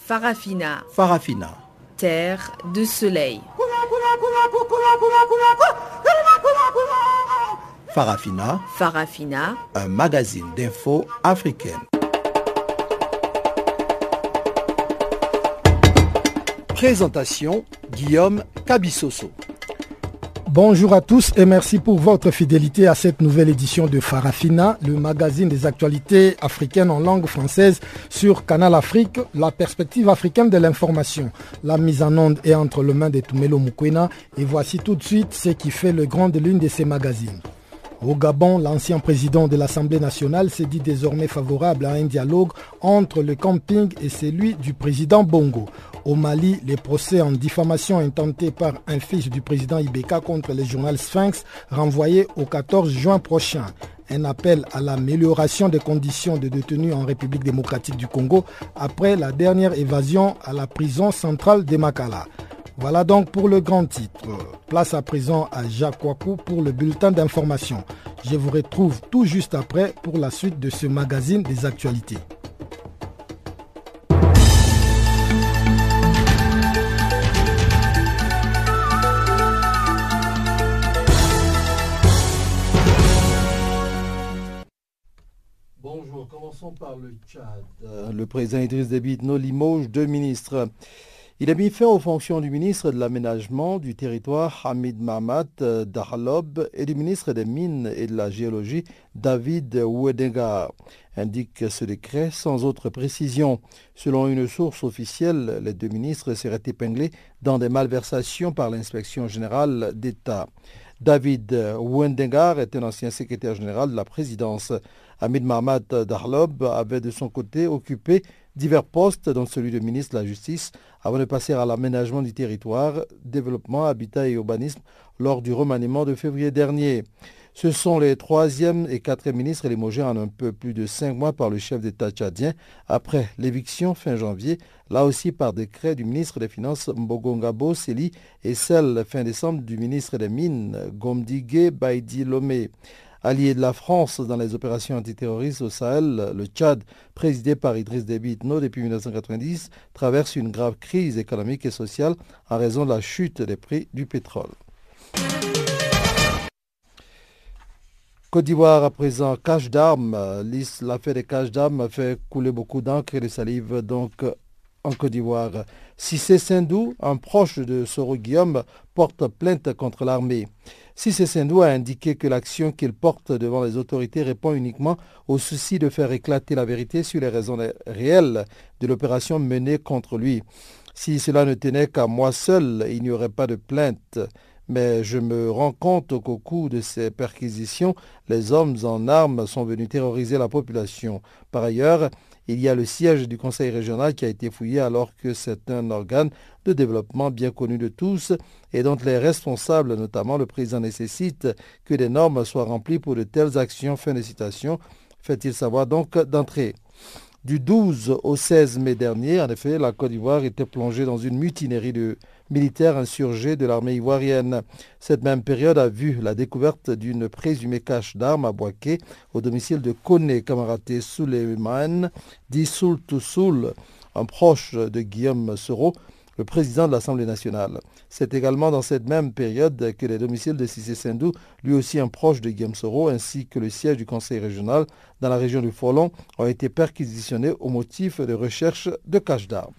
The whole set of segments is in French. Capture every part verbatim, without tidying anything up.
Farafina. Farafina. Terre de soleil. Farafina. Farafina. Un magazine d'infos africaine. Présentation Guillaume Kabissoso. Bonjour à tous et merci pour votre fidélité à cette nouvelle édition de Farafina, le magazine des actualités africaines en langue française sur Canal Afrique, la perspective africaine de l'information. La mise en onde est entre les mains de Tumelo Mukwena et voici tout de suite ce qui fait le grand de l'une de ces magazines. Au Gabon, l'ancien président de l'Assemblée nationale s'est dit désormais favorable à un dialogue entre le camping et celui du président Bongo. Au Mali, les procès en diffamation intentés par un fils du président Ibeka contre le journal Sphinx renvoyé au quatorze juin prochain. Un appel à l'amélioration des conditions de détenus en République démocratique du Congo après la dernière évasion à la prison centrale de Makala. Voilà donc pour le grand titre. Place à présent à Jacques Wakou pour le bulletin d'information. Je vous retrouve tout juste après pour la suite de ce magazine des actualités. Bonjour, commençons par le Tchad. Le président Idriss Déby Itno limoge deux ministres. Il a mis fin aux fonctions du ministre de l'Aménagement du territoire Hamid Mahamat Dahalob et du ministre des Mines et de la Géologie David Ouedenga, indique ce décret sans autre précision. Selon une source officielle, les deux ministres seraient épinglés dans des malversations par l'inspection générale d'État. David Ouedenga est un ancien secrétaire général de la présidence. Hamid Mahamat Dahalob avait de son côté occupé divers postes, dont celui de ministre de la Justice, avant de passer à l'aménagement du territoire, développement, habitat et urbanisme lors du remaniement de février dernier. Ce sont les troisième et quatrième ministres limogés en un peu plus de cinq mois par le chef d'État tchadien, après l'éviction fin janvier, là aussi par décret du ministre des Finances Mbogongabo Seli et celle fin décembre du ministre des Mines Gomdigue Baïdi Lomé. Allié de la France dans les opérations antiterroristes au Sahel, le Tchad, présidé par Idriss Déby Itno depuis mille neuf cent quatre-vingt-dix, traverse une grave crise économique et sociale en raison de la chute des prix du pétrole. Côte d'Ivoire à présent, cache d'armes. L'affaire des caches d'armes a fait couler beaucoup d'encre et de salive donc en Côte d'Ivoire. Cissé Sindou, un proche de Soro Guillaume, porte plainte contre l'armée. Cissé Sindou a indiqué que l'action qu'il porte devant les autorités répond uniquement au souci de faire éclater la vérité sur les raisons réelles de l'opération menée contre lui. Si cela ne tenait qu'à moi seul, il n'y aurait pas de plainte. Mais je me rends compte qu'au cours de ces perquisitions, les hommes en armes sont venus terroriser la population. Par ailleurs, il y a le siège du conseil régional qui a été fouillé alors que c'est un organe de développement bien connu de tous et dont les responsables, notamment le président, nécessitent que des normes soient remplies pour de telles actions. Fin de citation, fait-il savoir donc d'entrée. Du douze au seize mai dernier, en effet, la Côte d'Ivoire était plongée dans une mutinerie de militaires insurgés de l'armée ivoirienne. Cette même période a vu la découverte d'une présumée cache d'armes à Boaké au domicile de Kone Kamaraté Souleymane, dit Soul to Soul, un proche de Guillaume Soro, le président de l'Assemblée nationale. C'est également dans cette même période que les domiciles de Cissé Sindou, lui aussi un proche de Guillaume Soro, ainsi que le siège du conseil régional dans la région du Folon, ont été perquisitionnés au motif de recherche de cache d'armes.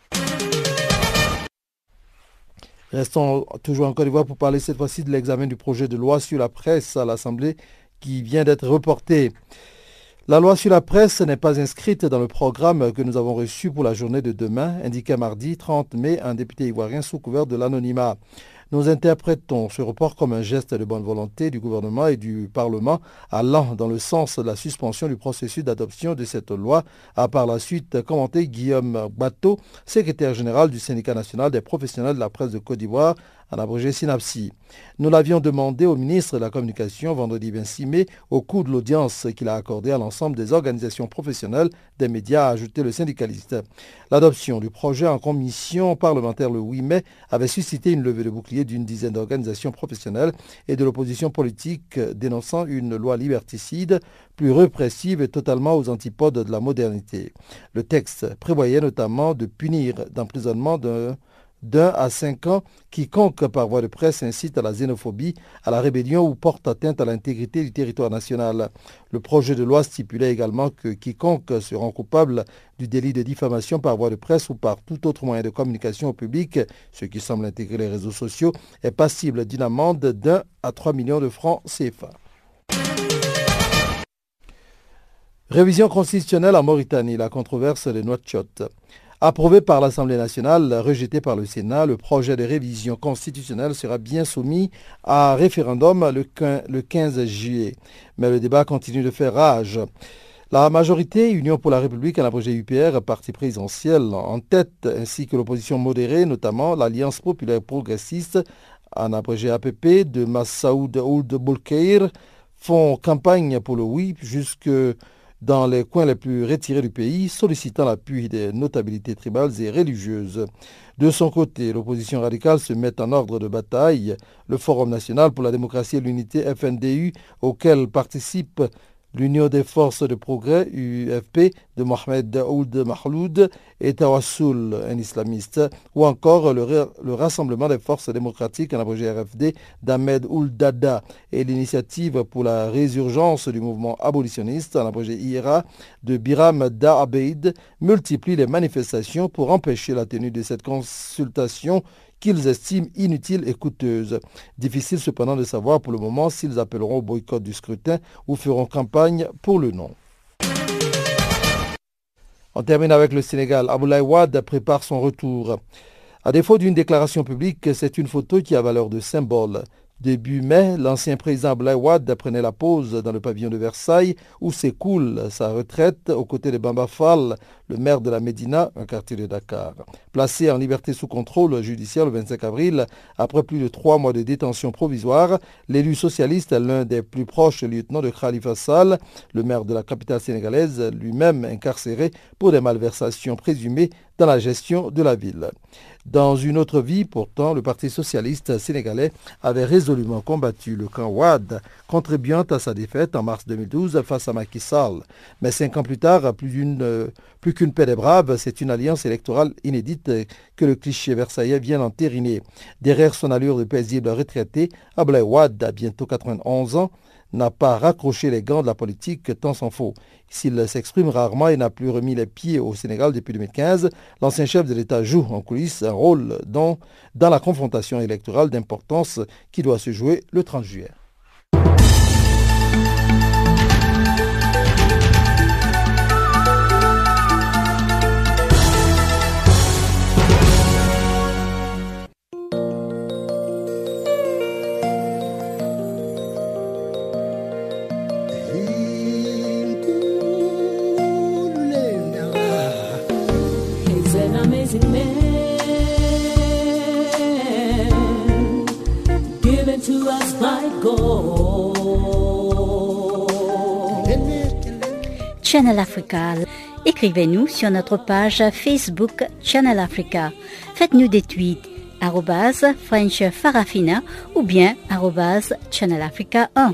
Restons toujours en Côte d'Ivoire pour parler cette fois-ci de l'examen du projet de loi sur la presse à l'Assemblée qui vient d'être reporté. La loi sur la presse n'est pas inscrite dans le programme que nous avons reçu pour la journée de demain, indiquait mardi trente mai un député ivoirien sous couvert de l'anonymat. Nous interprétons ce report comme un geste de bonne volonté du gouvernement et du Parlement allant dans le sens de la suspension du processus d'adoption de cette loi, a par la suite commenté Guillaume Bateau, secrétaire général du syndicat national des professionnels de la presse de Côte d'Ivoire, en abrégé SYNAPSI. Nous l'avions demandé au ministre de la Communication vendredi vingt-six mai au cours de l'audience qu'il a accordée à l'ensemble des organisations professionnelles des médias, a ajouté le syndicaliste. L'adoption du projet en commission parlementaire le huit mai avait suscité une levée de bouclier d'une dizaine d'organisations professionnelles et de l'opposition politique dénonçant une loi liberticide, plus répressive et totalement aux antipodes de la modernité. Le texte prévoyait notamment de punir d'emprisonnement d'un d'un à cinq ans quiconque par voie de presse incite à la xénophobie, à la rébellion ou porte atteinte à l'intégrité du territoire national. Le projet de loi stipulait également que quiconque se rend coupable du délit de diffamation par voie de presse ou par tout autre moyen de communication au public, ce qui semble intégrer les réseaux sociaux, est passible d'une amende d'un à trois millions de francs C F A. Révision constitutionnelle en Mauritanie, la controverse des Nouakchott. Approuvé par l'Assemblée nationale, rejeté par le Sénat, le projet de révision constitutionnelle sera bien soumis à référendum le quinze juillet. Mais le débat continue de faire rage. La majorité, Union pour la République, en abrégé U P R, parti présidentiel en tête, ainsi que l'opposition modérée, notamment l'Alliance populaire progressiste, en abrégé A P P, de Massaoud Ould Boulkeir, font campagne pour le oui jusque dans les coins les plus retirés du pays, sollicitant l'appui des notabilités tribales et religieuses. De son côté, l'opposition radicale se met en ordre de bataille. Le Forum national pour la démocratie et l'unité F N D U, auquel participe l'Union des forces de progrès, U F P, de Mohamed Ould Mahloud et Tawassoul, un islamiste, ou encore le, le Rassemblement des forces démocratiques, en abrégé R F D, d'Ahmed Ould Dada, et l'Initiative pour la résurgence du mouvement abolitionniste, en abrégé I R A, de Biram Da Abeid, multiplient les manifestations pour empêcher la tenue de cette consultation qu'ils estiment inutile et coûteuse. Difficile cependant de savoir pour le moment s'ils appelleront au boycott du scrutin ou feront campagne pour le non. On termine avec le Sénégal. Abdoulaye Wade prépare son retour. À défaut d'une déclaration publique, c'est une photo qui a valeur de symbole. Début mai, l'ancien président Abdoulaye Wade prenait la pause dans le pavillon de Versailles où s'écoule sa retraite aux côtés de Bamba Fall, le maire de la Médina, un quartier de Dakar. Placé en liberté sous contrôle judiciaire le vingt-cinq avril, après plus de trois mois de détention provisoire, l'élu socialiste, l'un des plus proches lieutenants de Khalifa Sall, le maire de la capitale sénégalaise, lui-même incarcéré pour des malversations présumées dans la gestion de la ville. Dans une autre vie, pourtant, le Parti socialiste sénégalais avait résolument combattu le camp Wade, contribuant à sa défaite en mars deux mille douze face à Macky Sall. Mais cinq ans plus tard, plus, d'une, plus qu'une paix des braves, c'est une alliance électorale inédite que le cliché versaillais vient entériner. Derrière son allure de paisible retraité, Abdoulaye Wade, à bientôt quatre-vingt-onze ans, n'a pas raccroché les gants de la politique, tant s'en faut. S'il s'exprime rarement et n'a plus remis les pieds au Sénégal depuis deux mille quinze, l'ancien chef de l'État joue en coulisses un rôle dans, dans la confrontation électorale d'importance qui doit se jouer le trente juillet. Channel Africa. Écrivez-nous sur notre page Facebook Channel Africa. Faites-nous des tweets arobase French Farafina ou bien arobase Channel Africa un.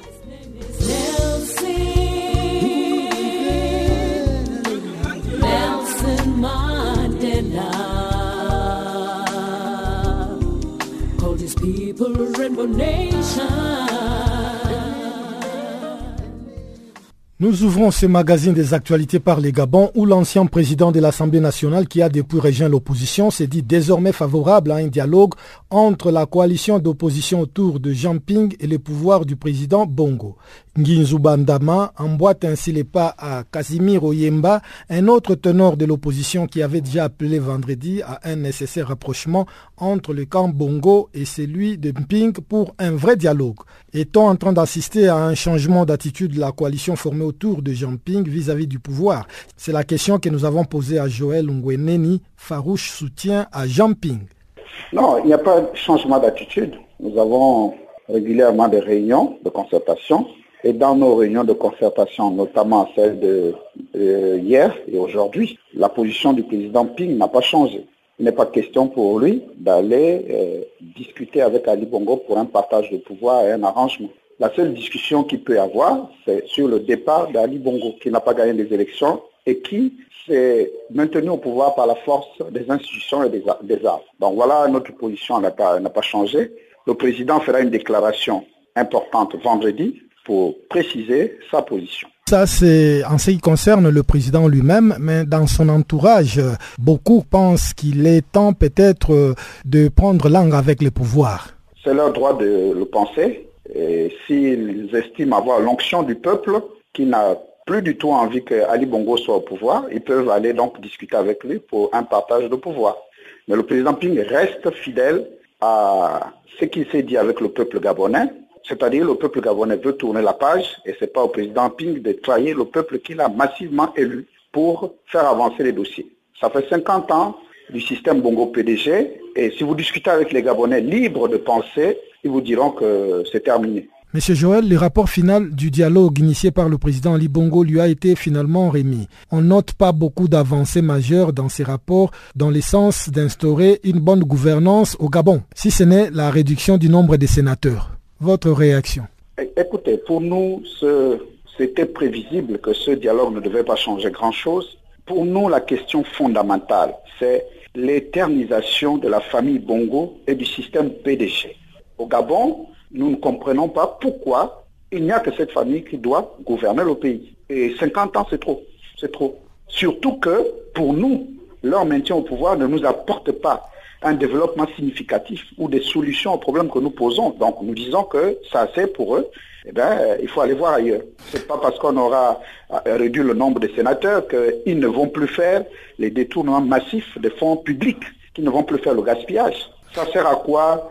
Nous ouvrons ce magazine des actualités par les Gabon où l'ancien président de l'Assemblée nationale qui a depuis rejoint l'opposition s'est dit désormais favorable à un dialogue entre la coalition d'opposition autour de Jean Ping et les pouvoirs du président Bongo. Nginzu Bandama emboîte ainsi les pas à Casimir Oyemba, un autre tenor de l'opposition qui avait déjà appelé vendredi à un nécessaire rapprochement entre le camp Bongo et celui de Mping pour un vrai dialogue. Est-on en train d'assister à un changement d'attitude de la coalition formée autour de Jean Ping vis-à-vis du pouvoir? C'est la question que nous avons posée à Joël Ngweneni, farouche soutien à Jean Ping. Non, il n'y a pas de changement d'attitude. Nous avons régulièrement des réunions de concertation. Et dans nos réunions de concertation, notamment celle de euh, hier et aujourd'hui, la position du président Ping n'a pas changé. Il n'est pas question pour lui d'aller euh, discuter avec Ali Bongo pour un partage de pouvoir et un arrangement. La seule discussion qu'il peut y avoir, c'est sur le départ d'Ali Bongo, qui n'a pas gagné des élections et qui s'est maintenu au pouvoir par la force des institutions et des, des armes. Donc voilà, notre position n'a pas, n'a pas changé. Le président fera une déclaration importante vendredi pour préciser sa position. Ça, c'est en ce qui concerne le président lui-même, mais dans son entourage, beaucoup pensent qu'il est temps peut-être de prendre langue avec les pouvoirs. C'est leur droit de le penser. Et s'ils estiment avoir l'onction du peuple, qui n'a plus du tout envie que Ali Bongo soit au pouvoir, ils peuvent aller donc discuter avec lui pour un partage de pouvoir. Mais le président Ping reste fidèle à ce qu'il s'est dit avec le peuple gabonais. C'est-à-dire le peuple gabonais veut tourner la page et ce n'est pas au président Ping de trahir le peuple qu'il a massivement élu pour faire avancer les dossiers. Ça fait cinquante ans du système Bongo P D G et si vous discutez avec les Gabonais libres de penser, ils vous diront que c'est terminé. Monsieur Joël, le rapport final du dialogue initié par le président Ali Bongo lui a été finalement remis. On note pas beaucoup d'avancées majeures dans ces rapports dans le sens d'instaurer une bonne gouvernance au Gabon, si ce n'est la réduction du nombre de sénateurs. Votre réaction? Écoutez, pour nous, ce, c'était prévisible que ce dialogue ne devait pas changer grand-chose. Pour nous, la question fondamentale, c'est l'éternisation de la famille Bongo et du système P D G. Au Gabon, nous ne comprenons pas pourquoi il n'y a que cette famille qui doit gouverner le pays. Et cinquante ans, c'est trop. C'est trop. Surtout que, pour nous, leur maintien au pouvoir ne nous apporte pas un développement significatif ou des solutions aux problèmes que nous posons. Donc nous disons que ça c'est pour eux, eh bien, il faut aller voir ailleurs. C'est pas parce qu'on aura réduit le nombre de sénateurs qu'ils ne vont plus faire les détournements massifs des fonds publics, qu'ils ne vont plus faire le gaspillage. Ça sert à quoi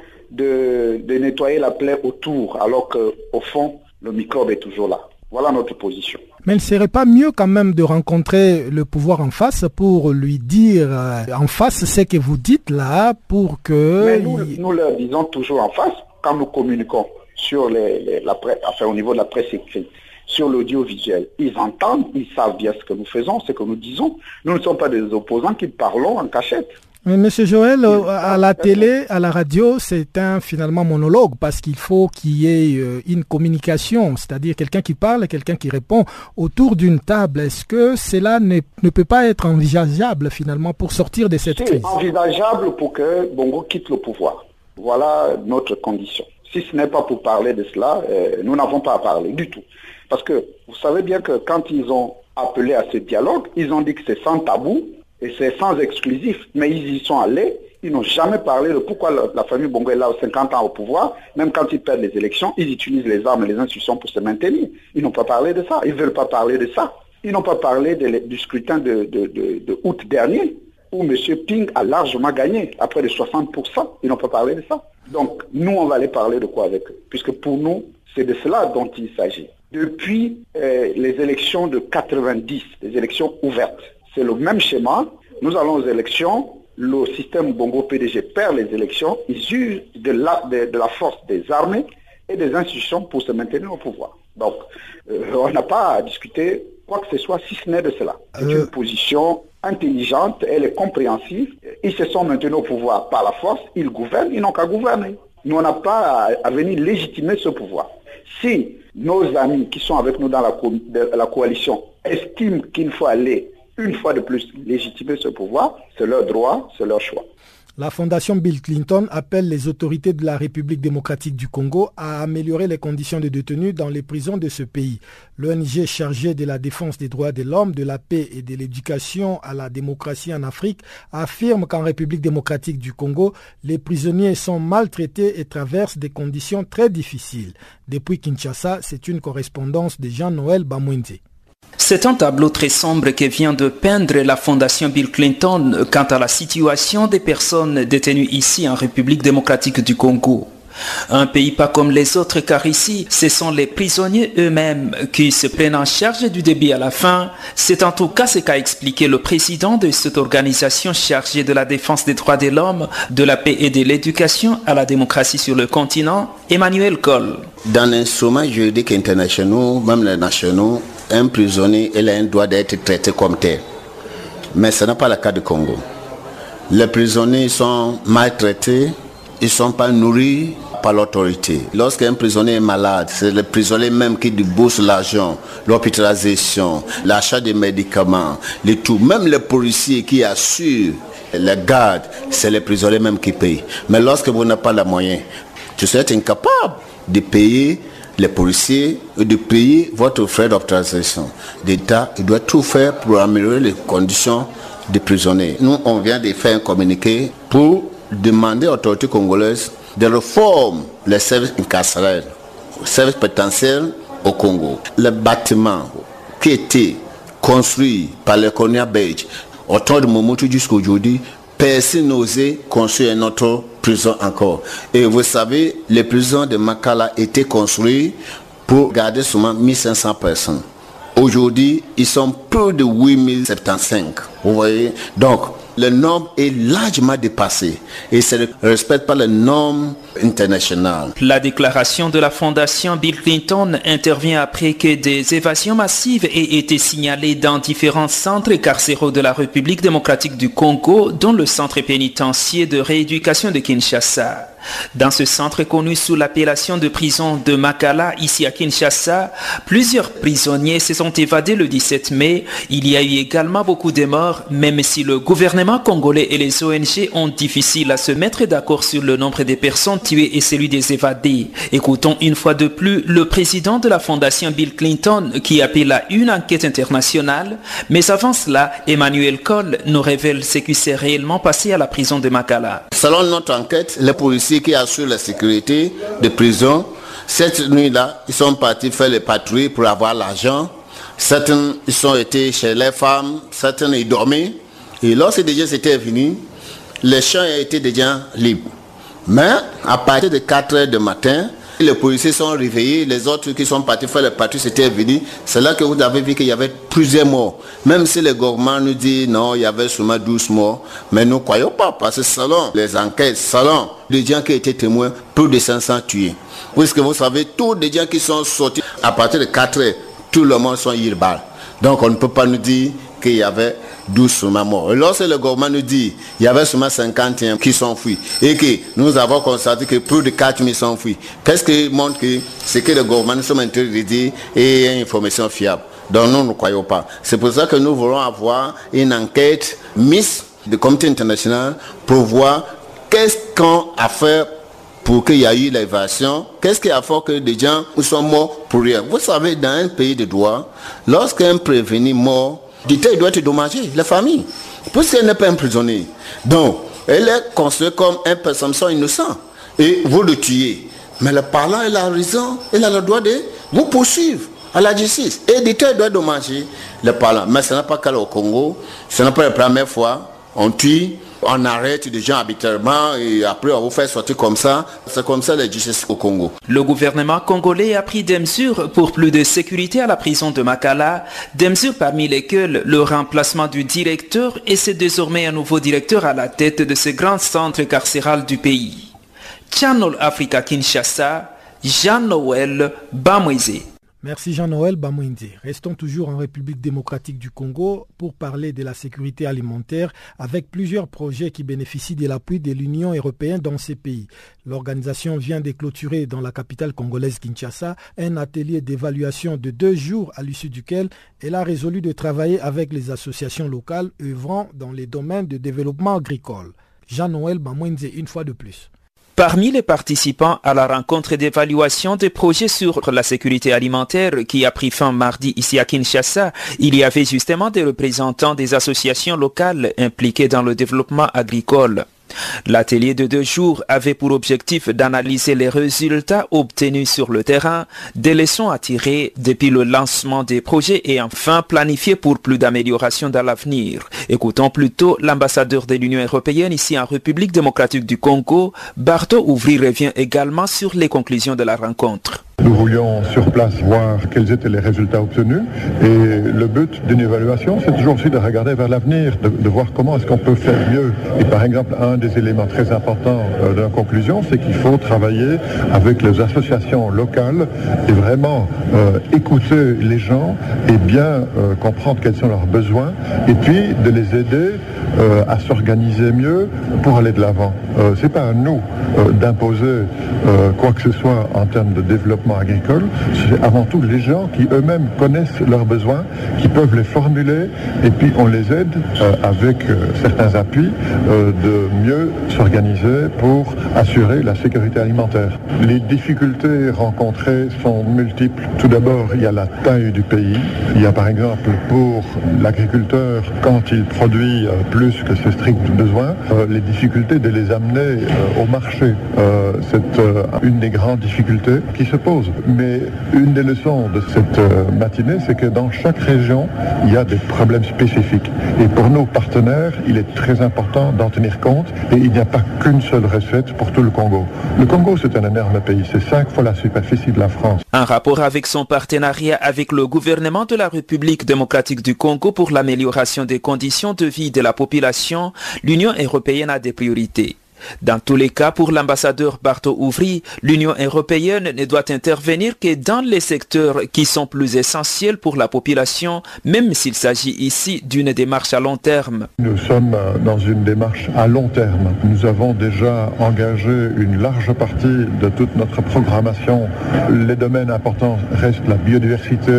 de, de nettoyer la plaie autour alors qu'au fond, le microbe est toujours là. Voilà notre position. Mais il ne serait pas mieux quand même de rencontrer le pouvoir en face pour lui dire euh, en face ce que vous dites là pour que... Mais nous, il... nous leur disons toujours en face quand nous communiquons sur les, les, la presse, enfin au niveau de la presse écrite, sur l'audiovisuel. Ils entendent, ils savent bien ce que nous faisons, ce que nous disons. Nous ne sommes pas des opposants qui parlons en cachette. Mais Monsieur Joël, à la télé, à la radio, c'est un finalement monologue parce qu'il faut qu'il y ait une communication, c'est-à-dire quelqu'un qui parle et quelqu'un qui répond autour d'une table. Est-ce que cela ne, ne peut pas être envisageable finalement pour sortir de cette c'est crise? C'est envisageable pour que Bongo quitte le pouvoir. Voilà notre condition. Si ce n'est pas pour parler de cela, euh, nous n'avons pas à parler du tout. Parce que vous savez bien que quand ils ont appelé à ce dialogue, ils ont dit que c'est sans tabou. Et c'est sans exclusif, mais ils y sont allés, ils n'ont jamais parlé de pourquoi la, la famille Bongo est là cinquante ans au pouvoir, même quand ils perdent les élections, ils utilisent les armes et les institutions pour se maintenir. Ils n'ont pas parlé de ça, ils ne veulent pas parler de ça. Ils n'ont pas parlé de, du scrutin de, de, de, de août dernier, où M. Ping a largement gagné, à près de soixante pour cent, ils n'ont pas parlé de ça. Donc nous, on va aller parler de quoi avec eux, puisque pour nous, c'est de cela dont il s'agit. Depuis euh, les élections de quatre-vingt-dix, les élections ouvertes, c'est le même schéma. Nous allons aux élections, le système Bongo P D G perd les élections, ils usent de la, de, de la force des armées et des institutions pour se maintenir au pouvoir. Donc, euh, on n'a pas à discuter quoi que ce soit si ce n'est de cela. C'est euh... une position intelligente, elle est compréhensive. Ils se sont maintenus au pouvoir par la force, ils gouvernent, ils n'ont qu'à gouverner. Nous, on n'a pas à, à venir légitimer ce pouvoir. Si nos amis qui sont avec nous dans la, co la coalition estiment qu'il faut aller une fois de plus légitimer ce pouvoir, c'est leur droit, c'est leur choix. La Fondation Bill Clinton appelle les autorités de la République démocratique du Congo à améliorer les conditions de détenus dans les prisons de ce pays. L'O N G chargée de la défense des droits de l'homme, de la paix et de l'éducation à la démocratie en Afrique affirme qu'en République démocratique du Congo, les prisonniers sont maltraités et traversent des conditions très difficiles. Depuis Kinshasa, c'est une correspondance de Jean-Noël Bamwende. C'est un tableau très sombre que vient de peindre la Fondation Bill Clinton quant à la situation des personnes détenues ici en République démocratique du Congo. Un pays pas comme les autres car ici, ce sont les prisonniers eux-mêmes qui se prennent en charge du début à la fin. C'est en tout cas ce qu'a expliqué le président de cette organisation chargée de la défense des droits de l'homme, de la paix et de l'éducation à la démocratie sur le continent, Emmanuel Coll. Dans l'instrument juridique international, même les nationaux, un prisonnier il a un droit d'être traité comme tel. Mais ce n'est pas le cas du Congo. Les prisonniers sont maltraités, ils ne sont pas nourris par l'autorité. Lorsqu'un prisonnier est malade, c'est le prisonnier même qui débourse l'argent, l'hôpitalisation, l'achat des médicaments, les tout. Même les policiers qui assurent les gardes, c'est les prisonniers même qui payent. Mais lorsque vous n'avez pas les moyens, tu êtes incapable de payer les policiers et de payer votre frais d'hospitalisation. L'État, il doit tout faire pour améliorer les conditions des prisonniers. Nous, on vient de faire un communiqué pour demander aux autorités congolaises de réformer les services incarcérés, les services pénitentiaires au Congo. Le bâtiment qui était construit par les coloniaux belges au temps de Mobutu jusqu'à aujourd'hui, personne n'osait construire une autre prison encore. Et vous savez, les prisons de Makala étaient construites pour garder seulement mille cinq cents personnes. Aujourd'hui, ils sont plus de huit mille soixante-quinze. Vous voyez? Donc, le nombre est largement dépassé et ça ne respecte pas les normes internationales. La déclaration de la fondation Bill Clinton intervient après que des évasions massives aient été signalées dans différents centres carcéraux de la République démocratique du Congo, dont le centre pénitentiaire de rééducation de Kinshasa. Dans ce centre connu sous l'appellation de prison de Makala, ici à Kinshasa, plusieurs prisonniers se sont évadés le dix-sept mai. Il y a eu également beaucoup de morts, même si le gouvernement congolais et les O N G ont difficile à se mettre d'accord sur le nombre de personnes tuées et celui des évadés. Écoutons une fois de plus le président de la fondation Bill Clinton qui appelle à une enquête internationale. Mais avant cela, Emmanuel Coll nous révèle ce qui s'est réellement passé à la prison de Makala. Selon notre enquête, les policiers qui assurent la sécurité de prison, cette nuit-là, ils sont partis faire les patrouilles pour avoir l'argent. Certains, ils sont été chez les femmes, certains, ils dormaient. Et lorsque déjà c'était fini, les champs étaient déjà libres. Mais à partir de quatre heures du matin, les policiers sont réveillés, les autres qui sont partis faire les patrouilles, c'était fini. C'est là que vous avez vu qu'il y avait plusieurs morts. Même si le gouvernement nous dit non, il y avait seulement douze morts. Mais nous ne croyons pas, parce que selon les enquêtes, selon les gens qui étaient témoins, plus de cinq cents tués. Puisque vous savez, tous les gens qui sont sortis à partir de quatre heures, tout le monde sont irréels. Donc on ne peut pas nous dire qu'il y avait douze seulement morts. Et lorsque le gouvernement nous dit qu'il y avait seulement cinquante et un qui sont fuis et que nous avons constaté que plus de quatre mille sont fuis, qu'est-ce qui montre que c'est que le gouvernement nous sommes interdits et une information fiable. Donc nous ne croyons pas. C'est pour ça que nous voulons avoir une enquête mise du comité international pour voir qu'est-ce qu'on a fait pour qu'il y ait eu l'évasion, qu'est-ce qui a fait que des gens sont morts pour rien. Vous savez, dans un pays de droit, lorsqu'un prévenu mort, l'État doit être dommagé, la famille, puisqu'elle n'est pas un prisonnier. Donc, elle est considérée comme un présomption innocent. Et vous le tuez. Mais le parlant, il a raison, il a le droit de vous poursuivre à la justice. Et l'État doit dommager le parlant. Mais ce n'est pas qu'au Congo, ce n'est pas la première fois. On tue, on arrête des gens arbitrairement et après on vous fait sortir comme ça. C'est comme ça la justice au Congo. Le gouvernement congolais a pris des mesures pour plus de sécurité à la prison de Makala, des mesures parmi lesquelles le remplacement du directeur et c'est désormais un nouveau directeur à la tête de ce grand centre carcéral du pays. Channel Africa Kinshasa, Jean-Noël Bamouizé. Merci Jean-Noël Bamouindé. Restons toujours en République démocratique du Congo pour parler de la sécurité alimentaire avec plusieurs projets qui bénéficient de l'appui de l'Union européenne dans ces pays. L'organisation vient de clôturer dans la capitale congolaise Kinshasa un atelier d'évaluation de deux jours à l'issue duquel elle a résolu de travailler avec les associations locales œuvrant dans les domaines de développement agricole. Jean-Noël Bamouindé une fois de plus. Parmi les participants à la rencontre d'évaluation des projets sur la sécurité alimentaire qui a pris fin mardi ici à Kinshasa, il y avait justement des représentants des associations locales impliquées dans le développement agricole. L'atelier de deux jours avait pour objectif d'analyser les résultats obtenus sur le terrain, des leçons à tirer depuis le lancement des projets et enfin planifier pour plus d'amélioration dans l'avenir. Écoutons plutôt l'ambassadeur de l'Union européenne ici en République démocratique du Congo. Bartho Ouvry revient également sur les conclusions de la rencontre. Nous voulions sur place voir quels étaient les résultats obtenus et le but d'une évaluation, c'est toujours aussi de regarder vers l'avenir, de, de voir comment est-ce qu'on peut faire mieux. Et par exemple, un des éléments très importants euh, de la conclusion, c'est qu'il faut travailler avec les associations locales et vraiment euh, écouter les gens et bien euh, comprendre quels sont leurs besoins et puis de les aider euh, à s'organiser mieux pour aller de l'avant. Euh, c'est pas à nous euh, d'imposer euh, quoi que ce soit en termes de développement agricole, c'est avant tout les gens qui eux-mêmes connaissent leurs besoins, qui peuvent les formuler et puis on les aide euh, avec euh, certains appuis euh, de mieux s'organiser pour assurer la sécurité alimentaire. Les difficultés rencontrées sont multiples. Tout d'abord, il y a la taille du pays. Il y a par exemple pour l'agriculteur, quand il produit euh, plus que ses stricts besoins, euh, les difficultés de les amener euh, au marché. Euh, c'est euh, une des grandes difficultés qui se posent. Mais une des leçons de cette euh, matinée, c'est que dans chaque région, il y a des problèmes spécifiques. Et pour nos partenaires, il est très important d'en tenir compte. Et il n'y a pas qu'une seule recette pour tout le Congo. Le Congo, c'est un énorme pays. C'est cinq fois la superficie de la France. En rapport avec son partenariat avec le gouvernement de la République démocratique du Congo pour l'amélioration des conditions de vie de la population, l'Union européenne a des priorités. Dans tous les cas, pour l'ambassadeur Bartho Ouvry, l'Union européenne ne doit intervenir que dans les secteurs qui sont plus essentiels pour la population, même s'il s'agit ici d'une démarche à long terme. Nous sommes dans une démarche à long terme. Nous avons déjà engagé une large partie de toute notre programmation. Les domaines importants restent la biodiversité,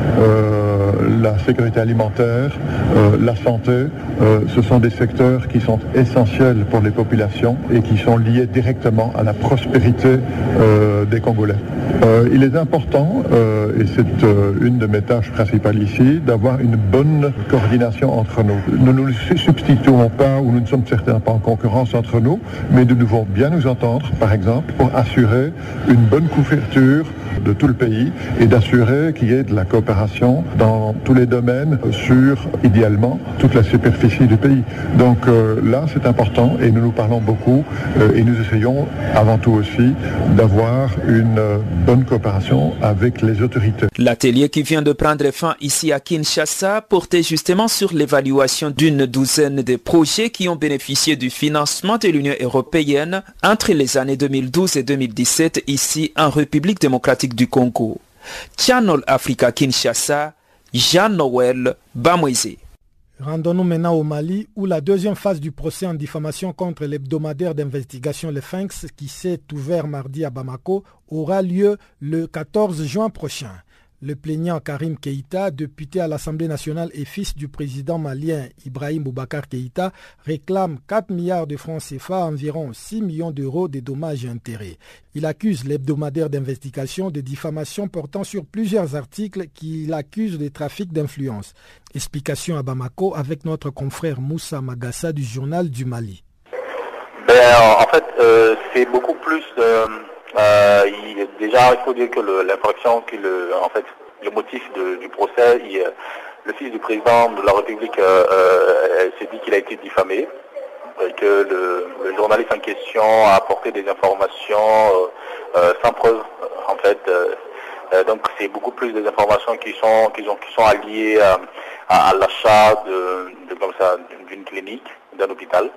euh, la sécurité alimentaire, euh, la santé. Euh, ce sont des secteurs qui sont essentiels pour les populations et qui sont liés directement à la prospérité euh, des Congolais. Euh, il est important, euh, et c'est euh, une de mes tâches principales ici, d'avoir une bonne coordination entre nous. Nous ne nous substituons pas, ou nous ne sommes certainement pas en concurrence entre nous, mais nous devons bien nous entendre, par exemple, pour assurer une bonne couverture de tout le pays et d'assurer qu'il y ait de la coopération dans tous les domaines sur, idéalement, toute la superficie du pays. Donc euh, là, c'est important et nous nous parlons beaucoup euh, et nous essayons avant tout aussi d'avoir une euh, bonne coopération avec les autorités. L'atelier qui vient de prendre fin ici à Kinshasa portait justement sur l'évaluation d'une douzaine de projets qui ont bénéficié du financement de l'Union européenne entre les années deux mille douze et deux mille dix-sept ici en République démocratique du Congo. Channel Africa Kinshasa, Jean-Noël Bamouizé. Rendons-nous maintenant au Mali où la deuxième phase du procès en diffamation contre l'hebdomadaire d'investigation Le Sphinx qui s'est ouvert mardi à Bamako aura lieu le quatorze juin prochain. Le plaignant Karim Keïta, député à l'Assemblée nationale et fils du président malien Ibrahim Boubacar Keïta, réclame quatre milliards de francs C F A, environ six millions d'euros de dommages et intérêts. Il accuse l'hebdomadaire d'investigation de diffamation portant sur plusieurs articles qu'il accuse de trafic d'influence. Explication à Bamako avec notre confrère Moussa Magassa du journal du Mali. Ben, en fait, euh, c'est beaucoup plus... Euh... Euh, il, déjà, il faut dire que le, l'infraction, que le, en fait, le motif de, du procès, il, le fils du président de la République euh, euh, s'est dit qu'il a été diffamé, et que le, le journaliste en question a apporté des informations euh, euh, sans preuve, en fait. Euh, donc, c'est beaucoup plus des informations qui sont qui sont qui sont alliées à, à, à l'achat de, de comme ça d'une clinique, d'un hôpital.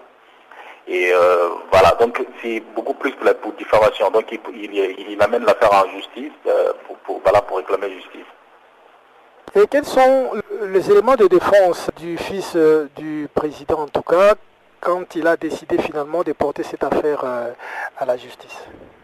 Et euh, voilà, donc c'est beaucoup plus pour la pour diffamation. Donc il, il, il amène l'affaire en justice euh, pour, pour, voilà, pour réclamer justice. Et quels sont les éléments de défense du fils euh, du président, en tout cas, quand il a décidé finalement de porter cette affaire euh, à la justice?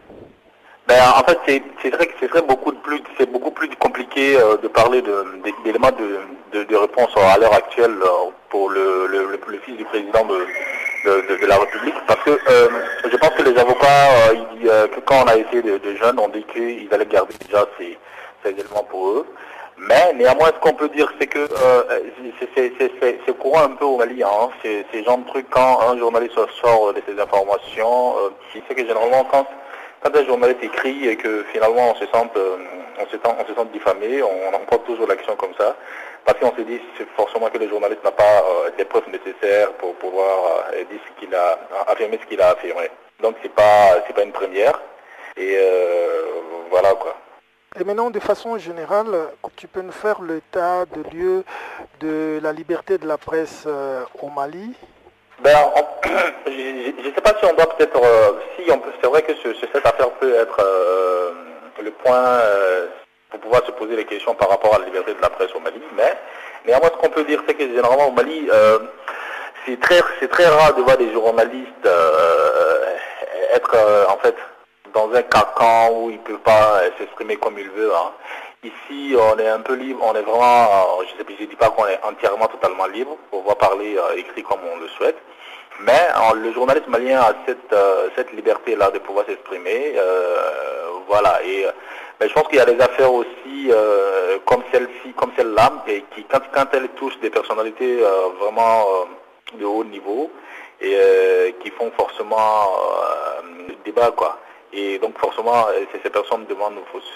Ben, en fait, c'est, c'est vrai que c'est très beaucoup plus, c'est beaucoup plus compliqué euh, de parler de, d'éléments de, de, de réponse à l'heure actuelle euh, pour le, le, le, le fils du président de, de, de, de la République, parce que euh, je pense que les avocats, euh, ils, euh, que quand on a été de, de jeunes, on dit qu'ils allaient garder déjà ces, ces éléments pour eux. Mais néanmoins, ce qu'on peut dire, c'est que euh, c'est, c'est, c'est, c'est, c'est courant un peu au Mali, hein. C'est, c'est genre de truc quand un journaliste sort de ses informations. Euh, c'est que généralement, quand, quand un journaliste écrit et que finalement on se sent, euh, on se sent, on se sent diffamé, on emporte toujours l'action comme ça. Parce qu'on se dit c'est forcément que le journaliste n'a pas euh, les preuves nécessaires pour pouvoir euh, dire ce qu'il a, affirmer ce qu'il a affirmé. Donc c'est pas, c'est pas une première. Et euh, voilà quoi. Et maintenant, de façon générale, tu peux nous faire l'état de lieu de la liberté de la presse euh, au Mali? Ben, on, je ne sais pas si on doit peut-être, euh, si on peut, c'est vrai que ce, cette affaire peut être euh, le point euh, pour pouvoir se poser les questions par rapport à la liberté de la presse au Mali, mais néanmoins ce qu'on peut dire c'est que généralement au Mali, euh, c'est très, c'est très rare de voir des journalistes euh, être euh, en fait dans un carcan où il ne peut pas euh, s'exprimer comme il veut. Hein. Ici, on est un peu libre, on est vraiment, euh, je ne dis pas qu'on est entièrement totalement libre, pour pouvoir parler euh, écrit comme on le souhaite, mais euh, le journaliste malien a cette, euh, cette liberté-là de pouvoir s'exprimer, euh, voilà, et euh, mais je pense qu'il y a des affaires aussi euh, comme celle-ci, comme celle-là, et qui, quand, quand elles touchent des personnalités euh, vraiment euh, de haut niveau, et euh, qui font forcément euh, débat, quoi. Et donc forcément, ces personnes demandent,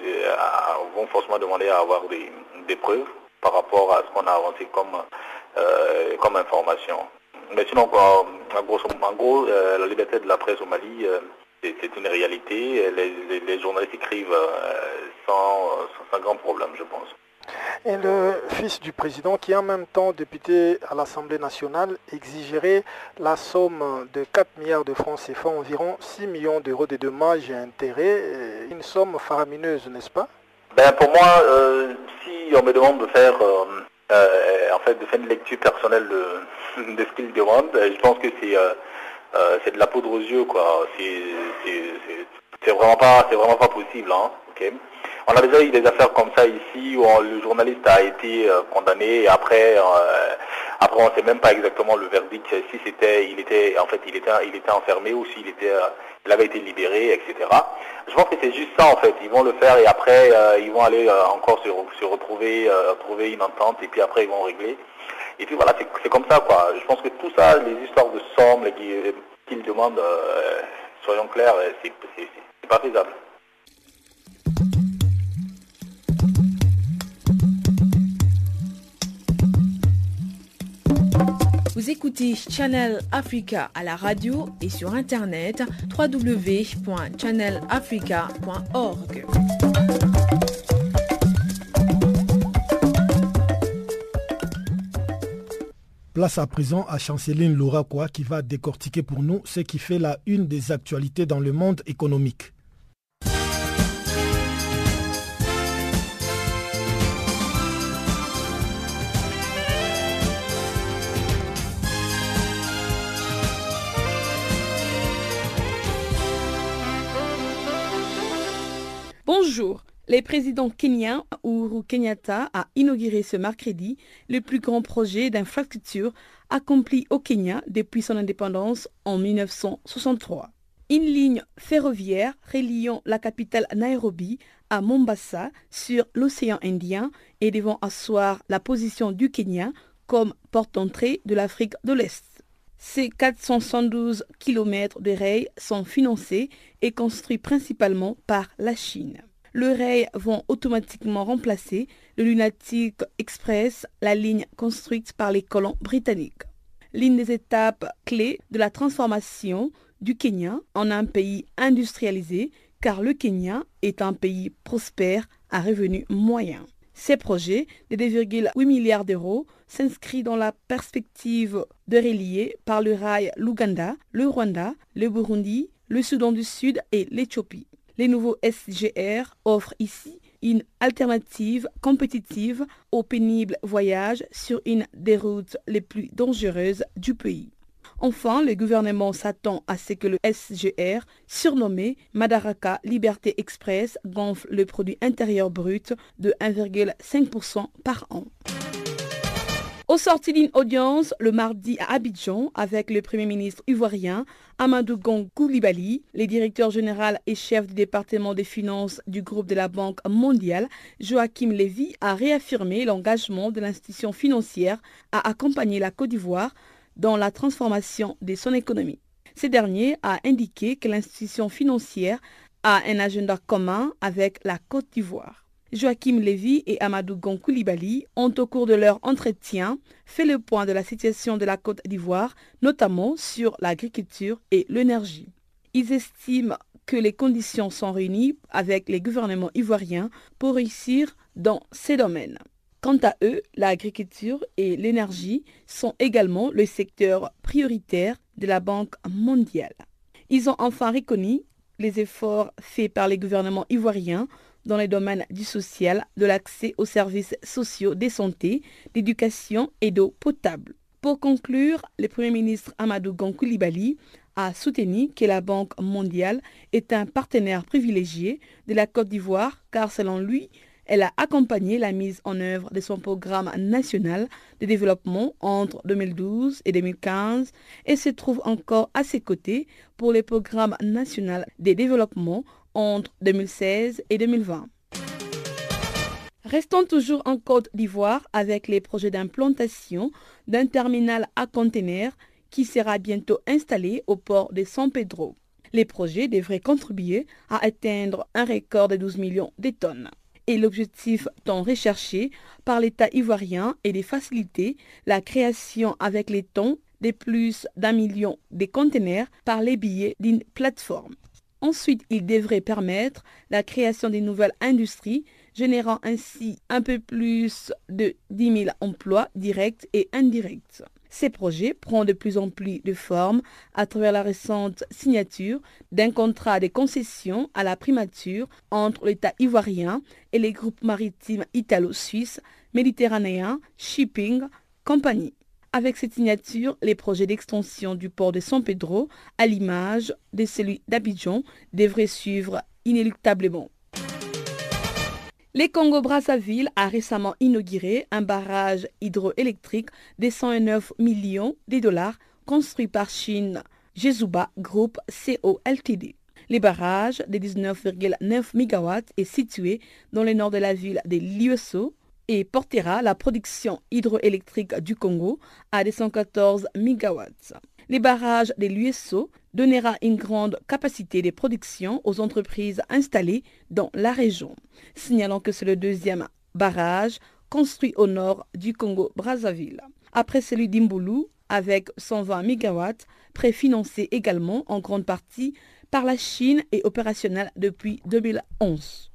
vont forcément demander à avoir des, des preuves par rapport à ce qu'on a avancé comme, euh, comme information. Mais sinon, en gros, en gros euh, la liberté de la presse au Mali, euh, c'est, c'est une réalité. Les, les, les journalistes écrivent euh, sans, sans grand problème, je pense. Et le fils du président, qui est en même temps député à l'Assemblée nationale, exigerait la somme de quatre milliards de francs C F A, environ six millions d'euros de dommages et intérêts. Une somme faramineuse, n'est-ce pas? Ben pour moi, euh, si on me demande de faire, euh, euh, en fait, de faire une lecture personnelle de, de ce qu'il demande, je pense que c'est, euh, euh, c'est de la poudre aux yeux, quoi. C'est, c'est, c'est, c'est vraiment pas, c'est vraiment pas possible, hein. Okay. On a déjà eu des affaires comme ça ici où on, le journaliste a été euh, condamné et après, euh, après on ne sait même pas exactement le verdict si c'était, il était, en fait, il était, il était enfermé ou s'il était, euh, il avait été libéré, et cetera. Je pense que c'est juste ça en fait. Ils vont le faire et après euh, ils vont aller euh, encore se, se retrouver, euh, trouver une entente et puis après ils vont régler. Et puis voilà, c'est, c'est comme ça quoi. Je pense que tout ça, les histoires de sommes qu'ils, qu'ils demandent, euh, soyons clairs, c'est, c'est, c'est pas faisable. Vous écoutez Channel Africa à la radio et sur internet w w w point channel africa point org. Place à présent à Chanceline Louraquois qui va décortiquer pour nous ce qui fait la une des actualités dans le monde économique. Bonjour. Le président kenyan Uhuru Kenyatta a inauguré ce mercredi le plus grand projet d'infrastructure accompli au Kenya depuis son indépendance en mille neuf cent soixante-trois. Une ligne ferroviaire reliant la capitale Nairobi à Mombasa sur l'océan Indien et devant asseoir la position du Kenya comme porte d'entrée de l'Afrique de l'Est. Ces quatre cent soixante-douze kilomètres de rails sont financés et construits principalement par la Chine. Le rail vont automatiquement remplacer le Lunatic Express, la ligne construite par les colons britanniques. L'une des étapes clés de la transformation du Kenya en un pays industrialisé, car le Kenya est un pays prospère à revenus moyens. Ces projets de deux virgule huit milliards d'euros s'inscrivent dans la perspective de relier par le rail l'Ouganda, le Rwanda, le Burundi, le Soudan du Sud et l'Éthiopie. Les nouveaux S G R offrent ici une alternative compétitive aux pénibles voyages sur une des routes les plus dangereuses du pays. Enfin, le gouvernement s'attend à ce que le S G R, surnommé Madaraka Liberté Express, gonfle le produit intérieur brut de un virgule cinq pour cent par an. Au sorti d'une audience le mardi à Abidjan avec le Premier ministre ivoirien Amadou Gon Coulibaly, le directeur général et chef du département des finances du groupe de la Banque mondiale, Joachim Levy, a réaffirmé l'engagement de l'institution financière à accompagner la Côte d'Ivoire dans la transformation de son économie. Ce dernier a indiqué que l'institution financière a un agenda commun avec la Côte d'Ivoire. Joachim Levy et Amadou Gon Coulibaly ont au cours de leur entretien fait le point de la situation de la Côte d'Ivoire, notamment sur l'agriculture et l'énergie. Ils estiment que les conditions sont réunies avec les gouvernements ivoiriens pour réussir dans ces domaines. Quant à eux, l'agriculture et l'énergie sont également le secteur prioritaire de la Banque mondiale. Ils ont enfin reconnu les efforts faits par les gouvernements ivoiriens dans les domaines du social, de l'accès aux services sociaux, de santé, d'éducation et d'eau potable. Pour conclure, le Premier ministre Amadou Gon Coulibaly a soutenu que la Banque mondiale est un partenaire privilégié de la Côte d'Ivoire car selon lui, elle a accompagné la mise en œuvre de son programme national de développement entre deux mille douze et deux mille quinze et se trouve encore à ses côtés pour le programme national de développement entre deux mille seize et deux mille vingt. Restons toujours en Côte d'Ivoire avec les projets d'implantation d'un terminal à conteneurs qui sera bientôt installé au port de San Pedro. Les projets devraient contribuer à atteindre un record de douze millions de tonnes. Et l'objectif tant recherché par l'État ivoirien est de faciliter la création avec les temps de plus d'un million de conteneurs par les billets d'une plateforme. Ensuite, il devrait permettre la création de nouvelles industries, générant ainsi un peu plus de dix mille emplois directs et indirects. Ces projets prennent de plus en plus de forme à travers la récente signature d'un contrat de concession à la primature entre l'État ivoirien et les groupes maritimes italo-suisses Méditerranéen Shipping Company. Avec cette signature, les projets d'extension du port de San Pedro, à l'image de celui d'Abidjan, devraient suivre inéluctablement. Le Congo-Brazzaville a récemment inauguré un barrage hydroélectrique de cent neuf millions de dollars construit par Chine Jesuba Group Co Ltd. Le barrage de dix-neuf virgule neuf mégawatts est situé dans le nord de la ville de Liusso et portera la production hydroélectrique du Congo à deux cent quatorze mégawatts. Le barrage de Liusso donnera une grande capacité de production aux entreprises installées dans la région. Signalons que c'est le deuxième barrage construit au nord du Congo-Brazzaville. Après celui d'Imbulu, avec cent vingt mégawatts, préfinancé également en grande partie par la Chine et opérationnel depuis deux mille onze.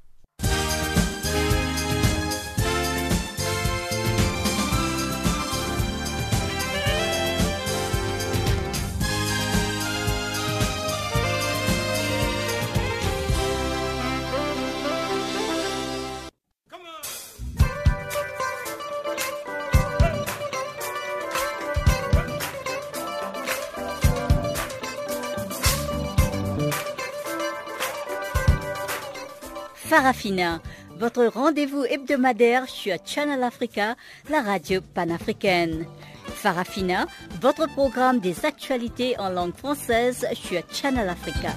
Farafina, votre rendez-vous hebdomadaire sur Channel Africa, la radio panafricaine. Farafina, votre programme des actualités en langue française sur Channel Africa.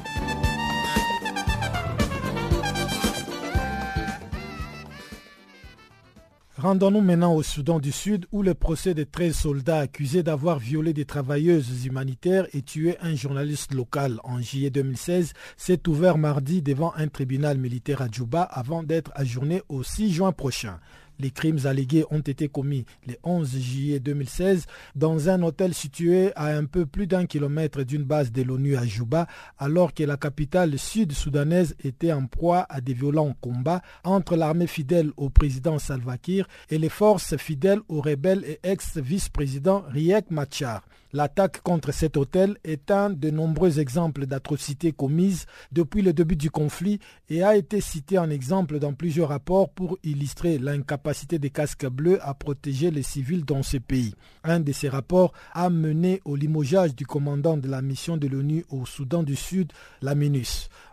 Rendons-nous maintenant au Soudan du Sud où le procès de treize soldats accusés d'avoir violé des travailleuses humanitaires et tué un journaliste local en juillet deux mille seize s'est ouvert mardi devant un tribunal militaire à Djouba avant d'être ajourné au six juin prochain. Les crimes allégués ont été commis le onze juillet deux mille seize dans un hôtel situé à un peu plus d'un kilomètre d'une base de l'ONU à Djouba, alors que la capitale sud-soudanaise était en proie à des violents combats entre l'armée fidèle au président Salva Kiir et les forces fidèles au rebelle et ex-vice-président Riek Machar. L'attaque contre cet hôtel est un de nombreux exemples d'atrocités commises depuis le début du conflit et a été cité en exemple dans plusieurs rapports pour illustrer l'incapacité des casques bleus à protéger les civils dans ce pays. Un de ces rapports a mené au limogeage du commandant de la mission de l'ONU au Soudan du Sud, la MINUS.